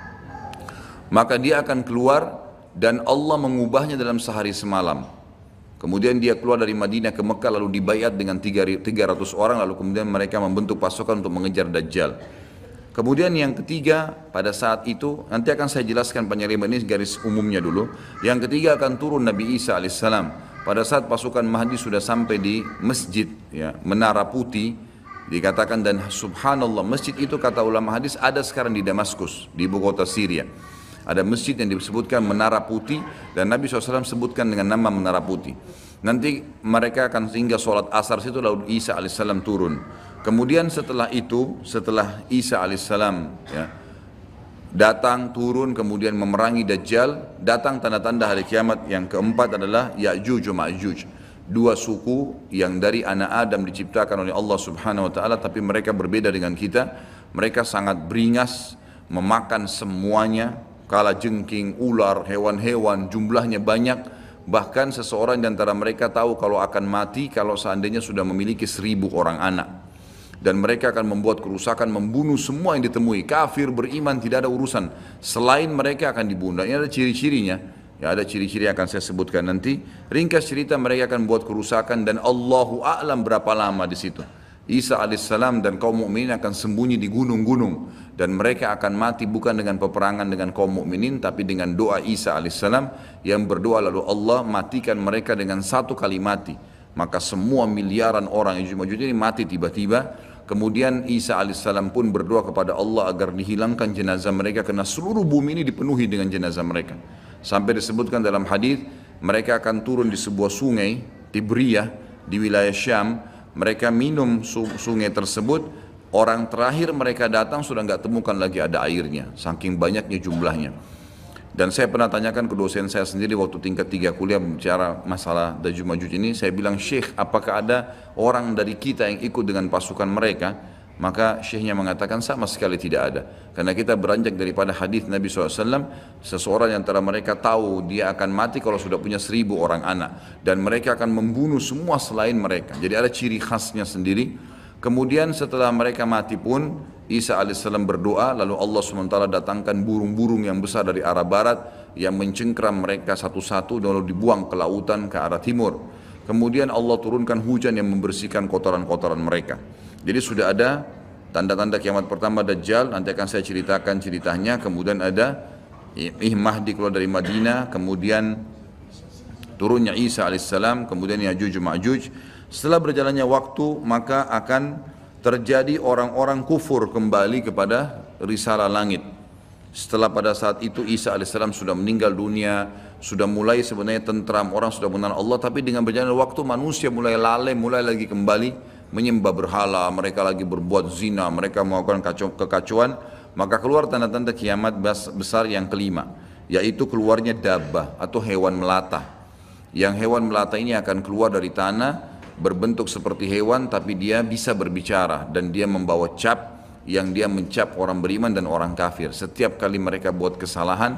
Maka dia akan keluar dan Allah mengubahnya dalam sehari semalam. Kemudian dia keluar dari Madinah ke Mekah lalu dibayat dengan 300 orang, lalu kemudian mereka membentuk pasukan untuk mengejar Dajjal. Kemudian yang ketiga, pada saat itu nanti akan saya jelaskan panjang lebar, ini garis umumnya dulu. Yang ketiga akan turun Nabi Isa alaihissalam. Pada saat pasukan Mahdi sudah sampai di masjid, ya, Menara Putih, dikatakan, dan subhanallah masjid itu kata ulama hadis ada sekarang di Damaskus, di ibu kota Syria. Ada masjid yang disebutkan Menara Putih, dan Nabi SAW sebutkan dengan nama Menara Putih. Nanti mereka akan singgah sholat asar situ, lalu Isa alaihissalam turun. Kemudian setelah itu, setelah Isa alaihissalam, ya, datang turun kemudian memerangi Dajjal, datang tanda-tanda hari kiamat. Yang keempat adalah Ya'juj wa Ma'juj, dua suku yang dari anak Adam diciptakan oleh Allah Subhanahu wa taala, tapi mereka berbeda dengan kita. Mereka sangat beringas, memakan semuanya, kala jengking, ular, hewan-hewan, jumlahnya banyak. Bahkan seseorang di antara mereka tahu kalau akan mati kalau seandainya sudah memiliki 1000 orang anak. Dan mereka akan membuat kerusakan, membunuh semua yang ditemui. Kafir, beriman, tidak ada urusan. Selain mereka akan dibunuh. Ini ada ciri-cirinya. Ya, ada ciri-ciri yang akan saya sebutkan nanti. Ringkas cerita, mereka akan buat kerusakan dan Allahu a'lam berapa lama di situ. Isa alaihissalam dan kaum mukminin akan sembunyi di gunung-gunung, dan mereka akan mati bukan dengan peperangan dengan kaum mukminin, tapi dengan doa Isa alaihissalam yang berdoa lalu Allah matikan mereka dengan satu kali mati. Maka semua miliaran orang yang Ya'juj ini mati tiba-tiba. Kemudian Isa alaihissalam pun berdoa kepada Allah agar dihilangkan jenazah mereka, karena seluruh bumi ini dipenuhi dengan jenazah mereka. Sampai disebutkan dalam hadis mereka akan turun di sebuah sungai Tibriyah di wilayah Syam. Mereka minum sungai tersebut, orang terakhir mereka datang sudah nggak temukan lagi ada airnya, saking banyaknya jumlahnya. Dan saya pernah tanyakan ke dosen saya sendiri waktu tingkat 3 kuliah bicara masalah Ya'juj Ma'juj ini, saya bilang, Syekh, apakah ada orang dari kita yang ikut dengan pasukan mereka? Maka syekhnya mengatakan sama sekali tidak ada. Karena kita beranjak daripada hadis Nabi SAW, seseorang yang antara mereka tahu dia akan mati kalau sudah punya 1000 orang anak. Dan mereka akan membunuh semua selain mereka. Jadi ada ciri khasnya sendiri. Kemudian setelah mereka mati pun, Isa AS berdoa, lalu Allah SWT datangkan burung-burung yang besar dari arah barat, yang mencengkram mereka satu-satu, lalu dibuang ke lautan ke arah timur. Kemudian Allah turunkan hujan yang membersihkan kotoran-kotoran mereka. Jadi sudah ada tanda-tanda kiamat pertama Dajjal, nanti akan saya ceritakan ceritanya. Kemudian ada Mahdi keluar dari Madinah, kemudian turunnya Isa alaihissalam, kemudian Ya'juj Ma'juj. Setelah berjalannya waktu, maka akan terjadi orang-orang kufur kembali kepada risalah langit. Setelah pada saat itu Isa alaihissalam sudah meninggal dunia, sudah mulai sebenarnya tentram, orang sudah mengenal Allah, tapi dengan berjalannya waktu manusia mulai lalai, mulai lagi kembali menyembah berhala, mereka lagi berbuat zina, mereka melakukan kekacauan. Maka keluar tanda-tanda kiamat besar yang kelima, yaitu keluarnya dabbah atau hewan melata. Yang hewan melata ini akan keluar dari tanah, berbentuk seperti hewan, tapi dia bisa berbicara dan dia membawa cap yang dia mencap orang beriman dan orang kafir. Setiap kali mereka buat kesalahan,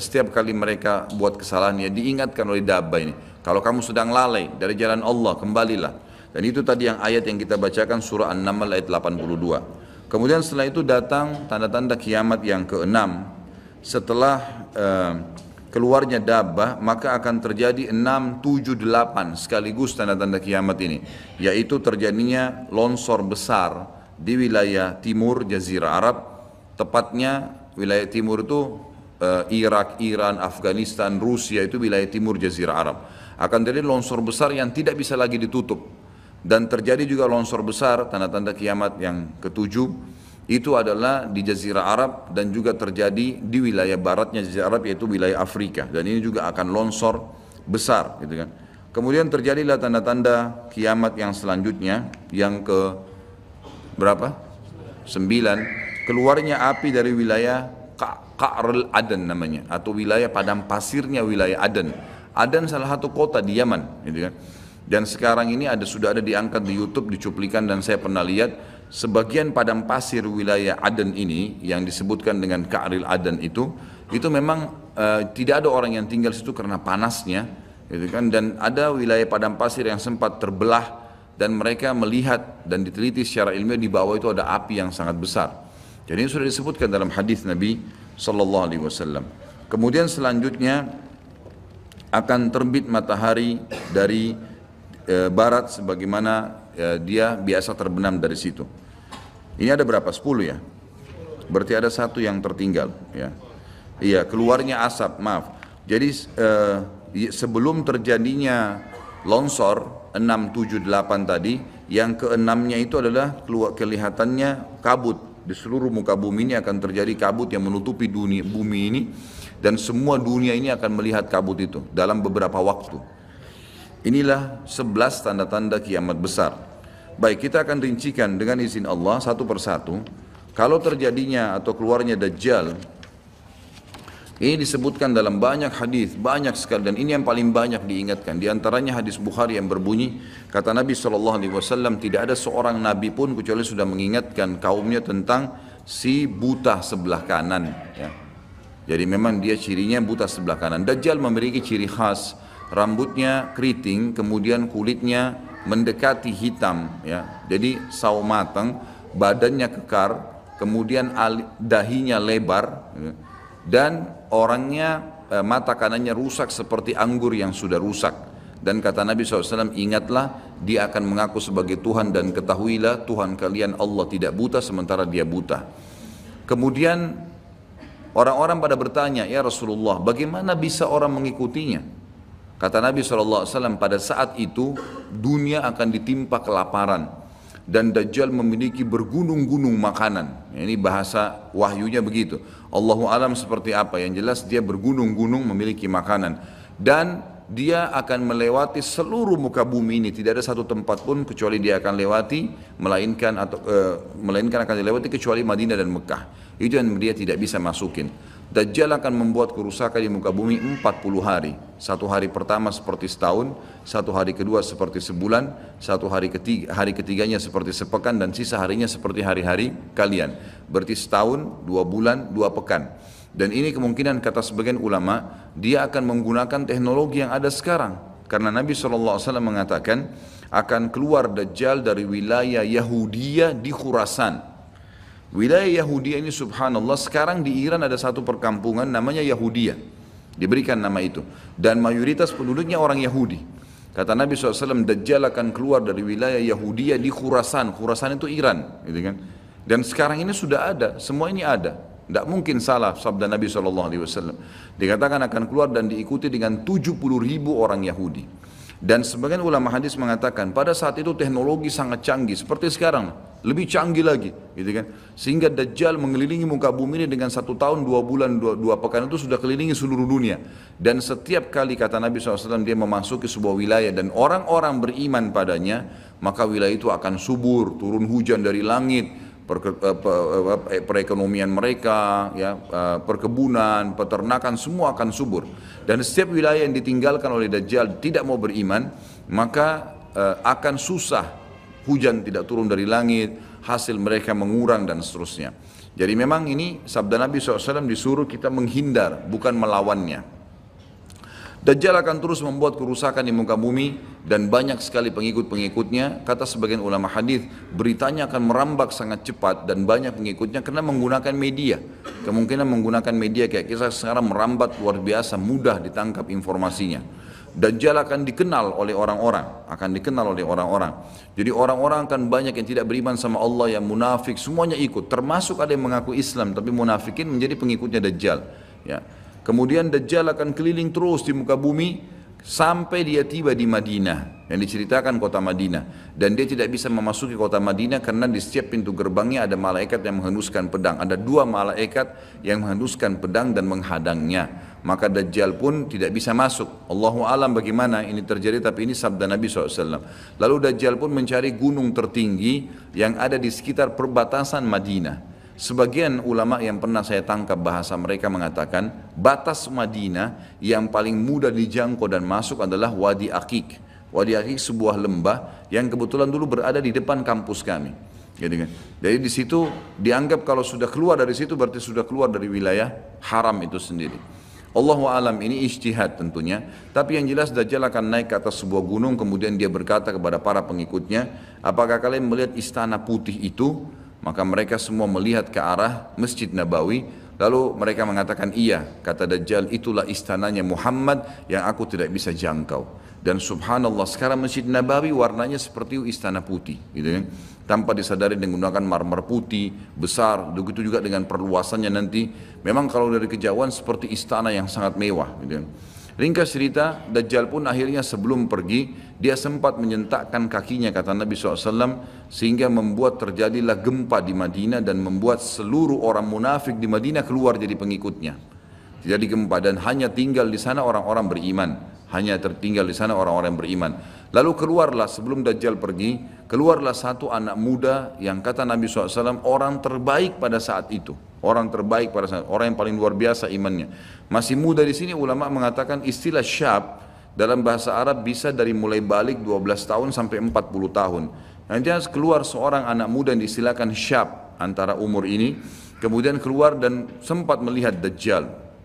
ya diingatkan oleh dabbah ini, kalau kamu sedang lalai dari jalan Allah, kembalilah. Dan itu tadi yang ayat yang kita bacakan surah An-Naml ayat 82. Kemudian setelah itu datang tanda-tanda kiamat yang keenam. Setelah keluarnya dabbah, maka akan terjadi 6, 7, 8 sekaligus tanda-tanda kiamat ini. Yaitu terjadinya longsor besar di wilayah timur Jazirah Arab. Tepatnya wilayah timur itu Irak, Iran, Afghanistan, Rusia, itu wilayah timur Jazirah Arab. Akan terjadi longsor besar yang tidak bisa lagi ditutup. Dan terjadi juga longsor besar, tanda-tanda kiamat yang ketujuh, itu adalah di Jazirah Arab dan juga terjadi di wilayah baratnya Jazirah Arab, yaitu wilayah Afrika. Dan ini juga akan longsor besar, gitu kan. Kemudian terjadilah tanda-tanda kiamat yang selanjutnya, yang ke berapa? 9. Keluarnya api dari wilayah Qa'rul Aden namanya, atau wilayah padang pasirnya wilayah Aden. Aden salah satu kota di Yaman, gitu kan. Dan sekarang ini sudah ada diangkat di YouTube, dicuplikan, dan saya pernah lihat sebagian padang pasir wilayah Aden ini yang disebutkan dengan Qa'rul Aden itu memang tidak ada orang yang tinggal situ karena panasnya, gitu kan. Dan ada wilayah padang pasir yang sempat terbelah dan mereka melihat dan diteliti secara ilmiah di bawah itu ada api yang sangat besar. Jadi ini sudah disebutkan dalam hadis Nabi Sallallahu Alaihi Wasallam. Kemudian selanjutnya akan terbit matahari dari barat sebagaimana dia biasa terbenam dari situ. Ini ada berapa? 10 ya? Berarti ada satu yang tertinggal ya. Iya, keluarnya asap, maaf. Jadi sebelum terjadinya longsor 6, 7, 8 tadi, yang keenamnya itu adalah kelihatannya kabut. Di seluruh muka bumi ini akan terjadi kabut yang menutupi dunia, bumi ini, dan semua dunia ini akan melihat kabut itu dalam beberapa waktu. Inilah 11 tanda-tanda kiamat besar. Baik, kita akan rincikan dengan izin Allah satu persatu. Kalau terjadinya atau keluarnya Dajjal, ini disebutkan dalam banyak hadis, banyak sekali, dan ini yang paling banyak diingatkan. Di antaranya hadis Bukhari yang berbunyi, kata Nabi SAW, tidak ada seorang Nabi pun kecuali sudah mengingatkan kaumnya tentang si buta sebelah kanan. Ya. Jadi memang dia cirinya buta sebelah kanan. Dajjal memiliki ciri khas, rambutnya keriting, kemudian kulitnya mendekati hitam, ya. Jadi sawo matang, badannya kekar, kemudian dahinya lebar, ya. Dan orangnya mata kanannya rusak seperti anggur yang sudah rusak. Dan kata Nabi SAW, ingatlah dia akan mengaku sebagai Tuhan, dan ketahuilah Tuhan kalian Allah tidak buta sementara dia buta. Kemudian orang-orang pada bertanya, ya Rasulullah, bagaimana bisa orang mengikutinya? Kata Nabi SAW, pada saat itu dunia akan ditimpa kelaparan dan Dajjal memiliki bergunung-gunung makanan. Ini bahasa wahyunya begitu. Allahu alam seperti apa, yang jelas dia bergunung-gunung memiliki makanan. Dan dia akan melewati seluruh muka bumi ini, tidak ada satu tempat pun kecuali dia akan lewati, melainkan akan dilewati kecuali Madinah dan Mekah. Itu yang dia tidak bisa masukin. Dajjal akan membuat kerusakan di muka bumi 40 hari. Satu hari pertama seperti setahun, satu hari kedua seperti sebulan, satu hari ketiganya seperti sepekan, dan sisa harinya seperti hari-hari kalian. Berarti setahun, 2 bulan, 2 pekan. Dan ini kemungkinan kata sebagian ulama, dia akan menggunakan teknologi yang ada sekarang. Karena Nabi SAW mengatakan, akan keluar Dajjal dari wilayah Yahudiyah di Khurasan. Wilayah Yahudi ini subhanallah, sekarang di Iran ada satu perkampungan namanya Yahudiyah. Diberikan nama itu. Dan mayoritas penduduknya orang Yahudi. Kata Nabi SAW, Dajjal akan keluar dari wilayah Yahudiyah di Khurasan. Khurasan itu Iran. Gitu kan? Dan sekarang ini sudah ada, semua ini ada. Tidak mungkin salah sabda Nabi SAW. Dikatakan akan keluar dan diikuti dengan 70.000 orang Yahudi. Dan sebagian ulama hadis mengatakan pada saat itu teknologi sangat canggih seperti sekarang, lebih canggih lagi, gitu kan? Sehingga Dajjal mengelilingi muka bumi ini dengan 1 tahun 2 bulan 2 pekan itu sudah kelilingi seluruh dunia. Dan setiap kali kata Nabi SAW dia memasuki sebuah wilayah dan orang-orang beriman padanya, maka wilayah itu akan subur, turun hujan dari langit. Perekonomian mereka, ya, perkebunan, peternakan, semua akan subur. Dan setiap wilayah yang ditinggalkan oleh Dajjal tidak mau beriman, maka akan susah, hujan tidak turun dari langit, hasil mereka mengurang dan seterusnya. Jadi memang ini sabda Nabi SAW disuruh kita menghindar, bukan melawannya. Dajjal akan terus membuat kerusakan di muka bumi dan banyak sekali pengikut-pengikutnya. Kata sebagian ulama hadis, beritanya akan merambak sangat cepat dan banyak pengikutnya karena menggunakan media. Kemungkinan menggunakan media kayak kisah sekarang merambat luar biasa, mudah ditangkap informasinya. Dajjal akan dikenal oleh orang-orang, Jadi orang-orang akan banyak yang tidak beriman sama Allah, yang munafik, semuanya ikut. Termasuk ada yang mengaku Islam tapi munafikin menjadi pengikutnya Dajjal. Ya. Kemudian Dajjal akan keliling terus di muka bumi sampai dia tiba di Madinah, yang diceritakan kota Madinah. Dan dia tidak bisa memasuki kota Madinah karena di setiap pintu gerbangnya ada malaikat yang menghenduskan pedang. Ada 2 malaikat yang menghenduskan pedang dan menghadangnya. Maka Dajjal pun tidak bisa masuk. Allahu alam bagaimana ini terjadi, tapi ini sabda Nabi SAW. Lalu Dajjal pun mencari gunung tertinggi yang ada di sekitar perbatasan Madinah. Sebagian ulama yang pernah saya tangkap bahasa mereka mengatakan batas Madinah yang paling mudah dijangkau dan masuk adalah Wadi Aqiq. Wadi Aqiq sebuah lembah yang kebetulan dulu berada di depan kampus kami. Jadi di situ dianggap kalau sudah keluar dari situ berarti sudah keluar dari wilayah haram itu sendiri. Allahu alam, ini ijtihad tentunya. Tapi yang jelas Dajjal akan naik ke atas sebuah gunung, kemudian dia berkata kepada para pengikutnya, apakah kalian melihat istana putih itu? Maka mereka semua melihat ke arah Masjid Nabawi. Lalu mereka mengatakan iya. Kata Dajjal, itulah istananya Muhammad yang aku tidak bisa jangkau. Dan subhanallah sekarang Masjid Nabawi warnanya seperti istana putih, gitu kan? Tanpa disadari menggunakan marmer putih besar. Begitu juga dengan perluasannya nanti. Memang kalau dari kejauhan seperti istana yang sangat mewah, gitu kan? Ringkas cerita, Dajjal pun akhirnya sebelum pergi, dia sempat menyentakkan kakinya, kata Nabi SAW, sehingga membuat terjadilah gempa di Madinah dan membuat seluruh orang munafik di Madinah keluar jadi pengikutnya. Jadi gempa dan hanya tinggal di sana orang-orang beriman. Hanya tertinggal di sana orang-orang beriman. Lalu keluarlah sebelum Dajjal pergi, keluarlah satu anak muda yang kata Nabi SAW orang terbaik pada saat itu. Orang terbaik pada saat, orang yang paling luar biasa imannya. Masih muda di sini ulama mengatakan istilah syab dalam bahasa Arab bisa dari mulai balik 12 tahun sampai 40 tahun. Nanti keluar seorang anak muda yang diistilahkan syab antara umur ini, kemudian keluar dan sempat melihat Dajjal.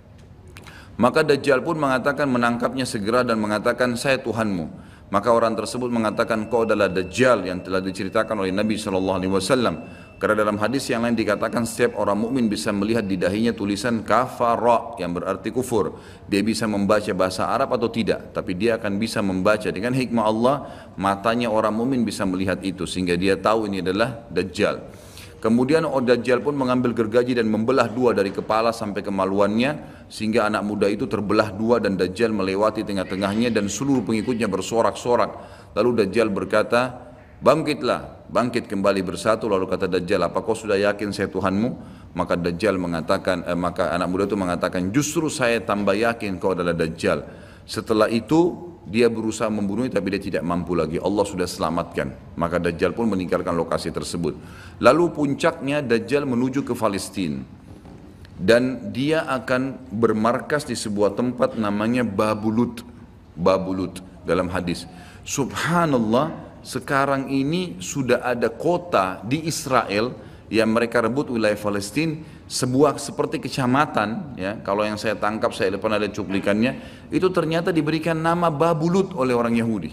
Maka Dajjal pun mengatakan menangkapnya segera dan mengatakan saya Tuhanmu. Maka orang tersebut mengatakan kau adalah Dajjal yang telah diceritakan oleh Nabi SAW. Karena dalam hadis yang lain dikatakan setiap orang mukmin bisa melihat di dahinya tulisan kafara yang berarti kufur. Dia bisa membaca bahasa Arab atau tidak, tapi dia akan bisa membaca dengan hikmah Allah. Matanya orang mukmin bisa melihat itu sehingga dia tahu ini adalah Dajjal. Kemudian Dajjal pun mengambil gergaji dan membelah 2 dari kepala sampai kemaluannya sehingga anak muda itu terbelah 2 dan Dajjal melewati tengah-tengahnya dan seluruh pengikutnya bersorak-sorak. Lalu Dajjal berkata, bangkitlah, bangkit kembali bersatu. Lalu kata Dajjal, apa kau sudah yakin saya Tuhanmu? Maka Dajjal mengatakan, maka anak muda itu mengatakan, justru saya tambah yakin kau adalah Dajjal. Setelah itu dia berusaha membunuhnya tapi dia tidak mampu lagi. Allah sudah selamatkan. Maka Dajjal pun meninggalkan lokasi tersebut. Lalu puncaknya Dajjal menuju ke Palestina. Dan dia akan bermarkas di sebuah tempat namanya Babulut. Babulut dalam hadis. Subhanallah, sekarang ini sudah ada kota di Israel yang mereka rebut wilayah Palestina, sebuah seperti kecamatan, ya, kalau yang saya tangkap, saya pernah ada cuplikannya, itu ternyata diberikan nama Babulut oleh orang Yahudi.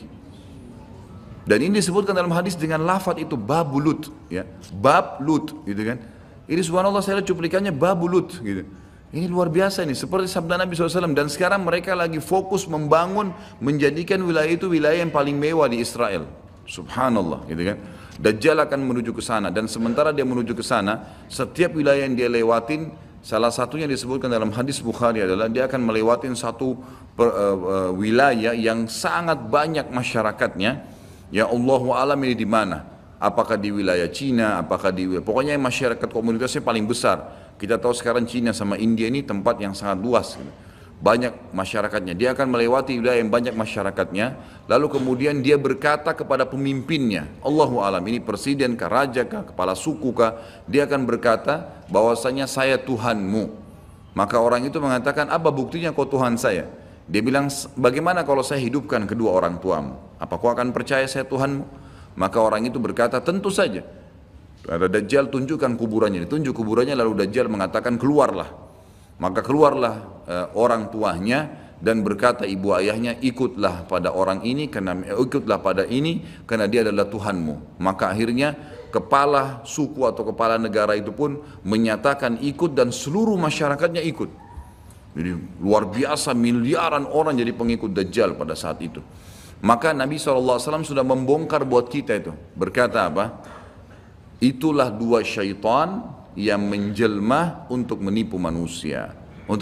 Dan ini disebutkan dalam hadis dengan lafaz itu Babulut, ya, Bablut, gitu kan. Ini subhanallah saya lihat cuplikannya Babulut, gitu. Ini luar biasa ini, seperti sabda Nabi SAW. Dan sekarang mereka lagi fokus membangun, menjadikan wilayah itu wilayah yang paling mewah di Israel. Subhanallah, gitu kan. Dajjal akan menuju ke sana, dan sementara dia menuju ke sana, setiap wilayah yang dia lewatin, salah satunya disebutkan dalam hadis Bukhari adalah dia akan melewatin satu wilayah yang sangat banyak masyarakatnya. Ya Allahu alam ini di mana? Apakah di wilayah Cina? Apakah di pokoknya masyarakat komunitasnya paling besar. Kita tahu sekarang Cina sama India ini tempat yang sangat luas. Banyak masyarakatnya, dia akan melewati wilayah yang banyak masyarakatnya, lalu kemudian dia berkata kepada pemimpinnya, Allahu alam, ini presiden kah, raja kah, kepala suku kah, dia akan berkata bahwasanya saya Tuhanmu. Maka orang itu mengatakan, apa buktinya kau Tuhan saya? Dia bilang, bagaimana kalau saya hidupkan kedua orang tuamu? Apa kau akan percaya saya Tuhanmu? Maka orang itu berkata, tentu saja. Ada Dajjal, tunjukkan kuburannya, ditunjuk kuburannya, lalu Dajjal mengatakan, keluarlah. Maka keluarlah orang tuanya dan berkata ibu ayahnya, ikutlah pada orang ini ikutlah pada ini karena dia adalah Tuhanmu. Maka akhirnya kepala suku atau kepala negara itu pun menyatakan ikut dan seluruh masyarakatnya ikut. Jadi luar biasa, miliaran orang jadi pengikut Dajjal pada saat itu. Maka Nabi SAW sudah membongkar buat kita itu. Berkata apa? Itulah dua syaitan yang menjelma untuk menipu manusia,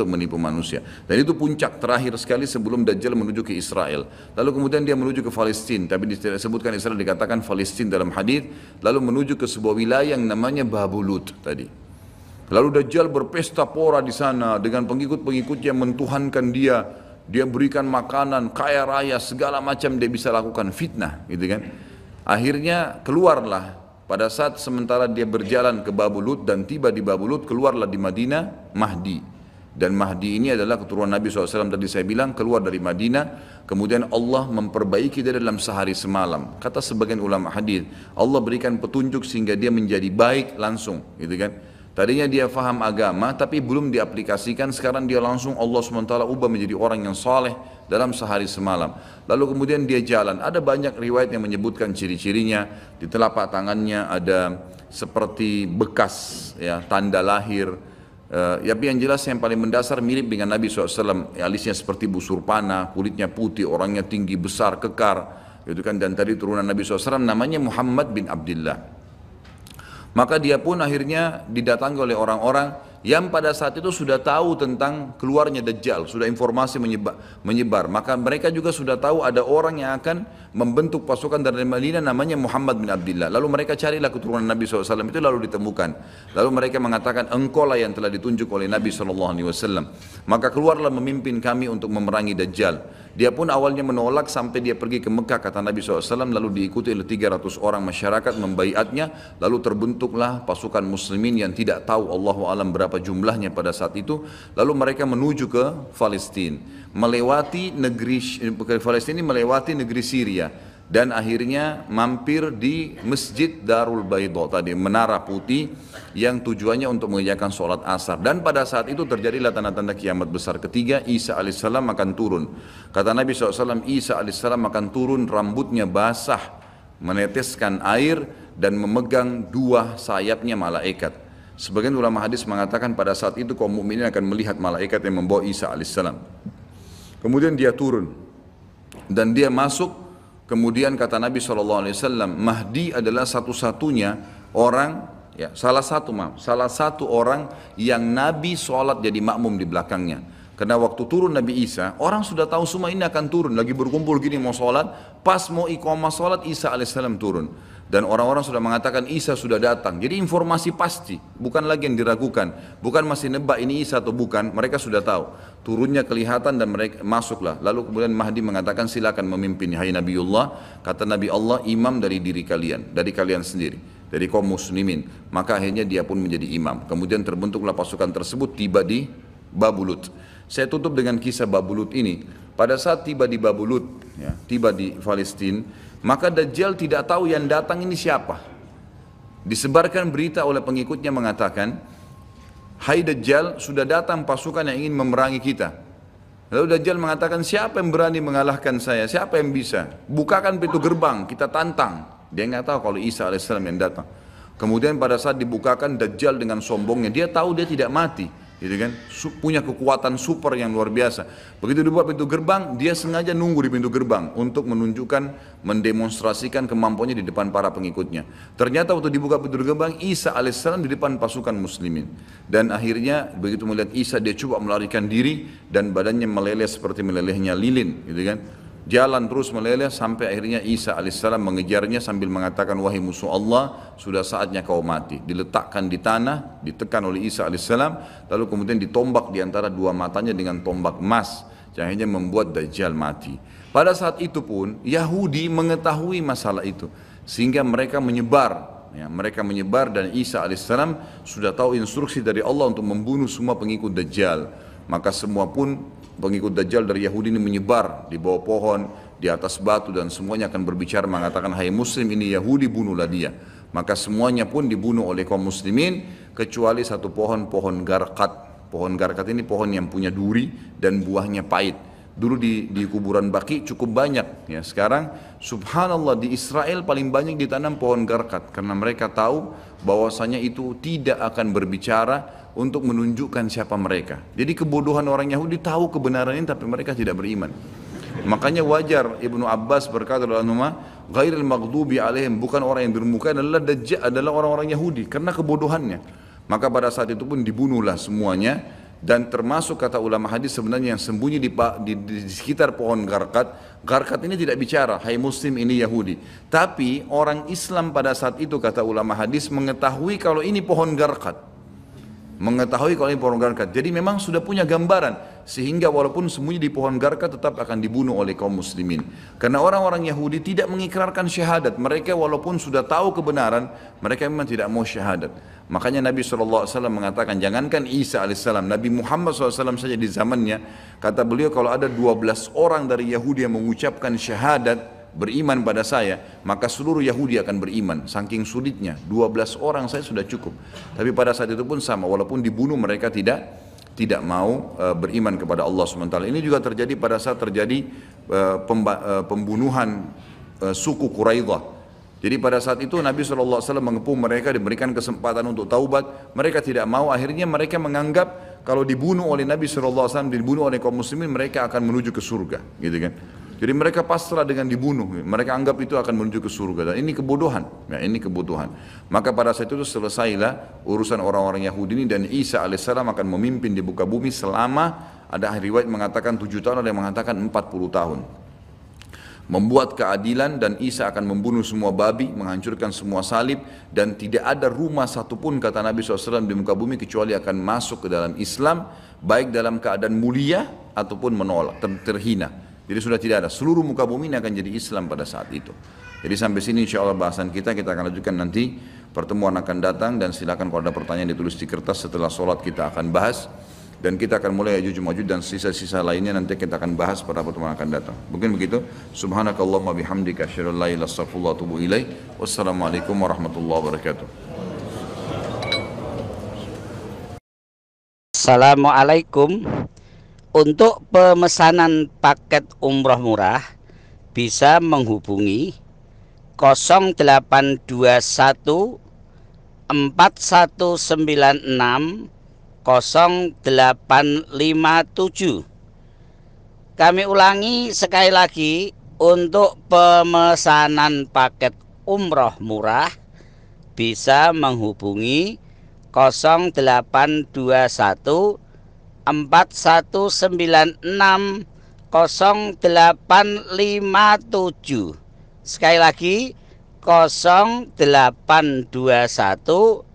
dan itu puncak terakhir sekali sebelum Dajjal menuju ke Israel. Lalu kemudian dia menuju ke Palestina, tapi disebutkan Israel, dikatakan Palestina dalam hadis. Lalu menuju ke sebuah wilayah yang namanya Babulut tadi. Lalu Dajjal berpesta pora di sana dengan pengikut-pengikutnya, mentuhankan dia berikan makanan, kaya raya, segala macam dia bisa lakukan, fitnah, gitu kan. Akhirnya keluarlah. Pada saat sementara dia berjalan ke Babulut dan tiba di Babulut, keluarlah di Madinah Mahdi. Dan Mahdi ini adalah keturunan Nabi SAW, tadi saya bilang, keluar dari Madinah. Kemudian Allah memperbaiki dia dalam sehari semalam. Kata sebagian ulama hadis, Allah berikan petunjuk sehingga dia menjadi baik langsung, gitu kan. Tadinya dia faham agama tapi belum diaplikasikan, sekarang dia langsung Allah SWT ubah menjadi orang yang saleh dalam sehari semalam. Lalu kemudian dia jalan, ada banyak riwayat yang menyebutkan ciri-cirinya. Di telapak tangannya ada seperti bekas, ya, tanda lahir. Ya, yang jelas yang paling mendasar mirip dengan Nabi SAW, alisnya seperti busur panah, kulitnya putih, orangnya tinggi, besar, kekar, gitu kan. Dan tadi turunan Nabi SAW namanya Muhammad bin Abdullah. Maka dia pun akhirnya didatangi oleh orang-orang yang pada saat itu sudah tahu tentang keluarnya Dajjal, sudah informasi menyebar. Maka mereka juga sudah tahu ada orang yang akan membentuk pasukan dari Madinah namanya Muhammad bin Abdullah. Lalu mereka carilah keturunan Nabi SAW itu, lalu ditemukan. Lalu mereka mengatakan, engkau lah yang telah ditunjuk oleh Nabi SAW. Maka keluarlah memimpin kami untuk memerangi Dajjal. Dia pun awalnya menolak sampai dia pergi ke Mekah, kata Nabi SAW, lalu diikuti oleh 300 orang masyarakat membaiatnya, lalu terbentuklah pasukan muslimin yang tidak tahu Allahu alam berapa jumlahnya pada saat itu. Lalu mereka menuju ke Palestina, melewati negeri Syria, dan akhirnya mampir di Masjid Darul Baidha tadi, menara putih yang tujuannya untuk mengerjakan sholat asar. Dan pada saat itu terjadilah tanda-tanda kiamat besar ketiga, Isa alaihissalam akan turun. Kata Nabi SAW, Isa alaihissalam akan turun, rambutnya basah, meneteskan air, dan memegang dua sayapnya malaikat. Sebagian ulama hadis mengatakan pada saat itu kaum mukminin akan melihat malaikat yang membawa Isa alaihissalam. Kemudian dia turun dan dia masuk. Kemudian kata Nabi SAW, Mahdi adalah satu-satunya orang, ya, salah satu orang yang Nabi sholat jadi makmum di belakangnya. Karena waktu turun Nabi Isa, orang sudah tahu semua ini akan turun, lagi berkumpul gini mau sholat, pas mau iqamah sholat Isa alaihissalam turun. Dan orang-orang sudah mengatakan Isa sudah datang. Jadi informasi pasti, bukan lagi yang diragukan. Bukan masih nebak ini Isa atau bukan, mereka sudah tahu. Turunnya kelihatan dan mereka masuklah. Lalu kemudian Mahdi mengatakan silakan memimpin, hai Nabiullah. Kata Nabi Allah, imam dari diri kalian, dari kalian sendiri, dari kaum muslimin. Maka akhirnya dia pun menjadi imam. Kemudian terbentuklah pasukan tersebut, tiba di Babulut. Saya tutup dengan kisah Babulut ini. Pada saat tiba di Babulut, ya, tiba di Palestina, maka Dajjal tidak tahu yang datang ini siapa. Disebarkan berita oleh pengikutnya mengatakan, hai Dajjal, sudah datang pasukan yang ingin memerangi kita. Lalu Dajjal mengatakan, siapa yang berani mengalahkan saya? Siapa yang bisa? Bukakan pintu gerbang, kita tantang. Dia nggak tahu kalau Isa alaihissalam yang datang. Kemudian pada saat dibukakan, Dajjal dengan sombongnya, dia tahu dia tidak mati, gitu kan? Punya kekuatan super yang luar biasa. Begitu dibuka pintu gerbang, dia sengaja nunggu di pintu gerbang untuk menunjukkan, mendemonstrasikan kemampuannya di depan para pengikutnya. Ternyata waktu dibuka pintu gerbang, Isa alaihissalam di depan pasukan muslimin. Dan akhirnya begitu melihat Isa, dia coba melarikan diri dan badannya meleleh seperti melelehnya lilin, gitu kan? Jalan terus meleleh sampai akhirnya Isa alaihissalam mengejarnya sambil mengatakan, wahai musuh Allah, sudah saatnya kau mati. Diletakkan di tanah, ditekan oleh Isa alaihissalam, lalu kemudian ditombak di antara dua matanya dengan tombak emas, yang akhirnya membuat Dajjal mati. Pada saat itu pun Yahudi mengetahui masalah itu, sehingga mereka menyebar. Ya, mereka menyebar dan Isa alaihissalam sudah tahu instruksi dari Allah untuk membunuh semua pengikut Dajjal. Maka semua pun pengikut Dajjal dari Yahudi ini menyebar di bawah pohon, di atas batu, dan semuanya akan berbicara mengatakan, hai muslim ini Yahudi, bunuhlah dia. Maka semuanya pun dibunuh oleh kaum muslimin kecuali satu pohon, pohon garkat. Pohon garkat ini pohon yang punya duri dan buahnya pahit. Dulu di kuburan Baqi cukup banyak, ya. Sekarang subhanallah di Israel paling banyak ditanam pohon garkat karena mereka tahu bahwasanya itu tidak akan berbicara untuk menunjukkan siapa mereka. Jadi kebodohan orang Yahudi tahu kebenaran ini tapi mereka tidak beriman. Makanya wajar Ibnu Abbas berkata dalam nama ghairil maghdubi alaihim, bukan orang yang bermuka adalah Dajjal, adalah orang-orang Yahudi karena kebodohannya. Maka pada saat itu pun dibunuhlah semuanya. Dan termasuk kata ulama hadis sebenarnya yang sembunyi di sekitar pohon garkat. Garkat ini tidak bicara, hai muslim ini Yahudi. Tapi orang Islam pada saat itu kata ulama hadis mengetahui kalau ini pohon garkat. Mengetahui kalau ini pohon garkat. Jadi memang sudah punya gambaran. Sehingga walaupun sembunyi di pohon garkat tetap akan dibunuh oleh kaum muslimin. Karena orang-orang Yahudi tidak mengikrarkan syahadat. Mereka walaupun sudah tahu kebenaran, mereka memang tidak mau syahadat. Makanya Nabi SAW mengatakan, jangankan Isa AS, Nabi Muhammad SAW saja di zamannya, kata beliau kalau ada 12 orang dari Yahudi yang mengucapkan syahadat, beriman pada saya, maka seluruh Yahudi akan beriman. Saking sulitnya, 12 orang saya sudah cukup. Tapi pada saat itu pun sama, walaupun dibunuh mereka tidak mau beriman kepada Allah SWT. Ini juga terjadi pada saat terjadi pembunuhan suku Quraidah. Jadi pada saat itu Nabi SAW mengepung mereka, diberikan kesempatan untuk taubat. Mereka tidak mau, akhirnya mereka menganggap kalau dibunuh oleh Nabi SAW, dibunuh oleh kaum muslimin, mereka akan menuju ke surga, gitu kan. Jadi mereka pasrah dengan dibunuh, mereka anggap itu akan menuju ke surga. Dan ini kebodohan, ya, ini kebodohan. Maka pada saat itu selesailah urusan orang-orang Yahudi ini, dan Isa alaihissalam akan memimpin di muka bumi selama, ada riwayat mengatakan 7 tahun, ada yang mengatakan 40 tahun. Membuat keadilan, dan Isa akan membunuh semua babi, menghancurkan semua salib, dan tidak ada rumah satupun kata Nabi SAW di muka bumi kecuali akan masuk ke dalam Islam, baik dalam keadaan mulia ataupun menolak, terhina. Jadi sudah tidak ada, seluruh muka bumi ini akan jadi Islam pada saat itu. Jadi sampai sini insya Allah bahasan kita akan lanjutkan nanti, pertemuan akan datang, dan silakan kalau ada pertanyaan ditulis di kertas, setelah sholat kita akan bahas. Dan kita akan mulai Ya'juj Ma'juj dan sisa-sisa lainnya nanti kita akan bahas pada pertemuan akan datang. Mungkin begitu. Subhanakallahumma bihamdika asyhadu an la ilaha illa anta astaghfiruka wa atubu ilaik. Wassalamualaikum warahmatullahi wabarakatuh. Assalamualaikum. Untuk pemesanan paket umroh murah bisa menghubungi 0821 4196 0857. Kami ulangi sekali lagi, untuk pemesanan paket umroh murah bisa menghubungi 0821 4196 0857. Sekali lagi 0821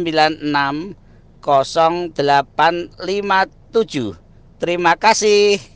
4196 0857. Terima kasih.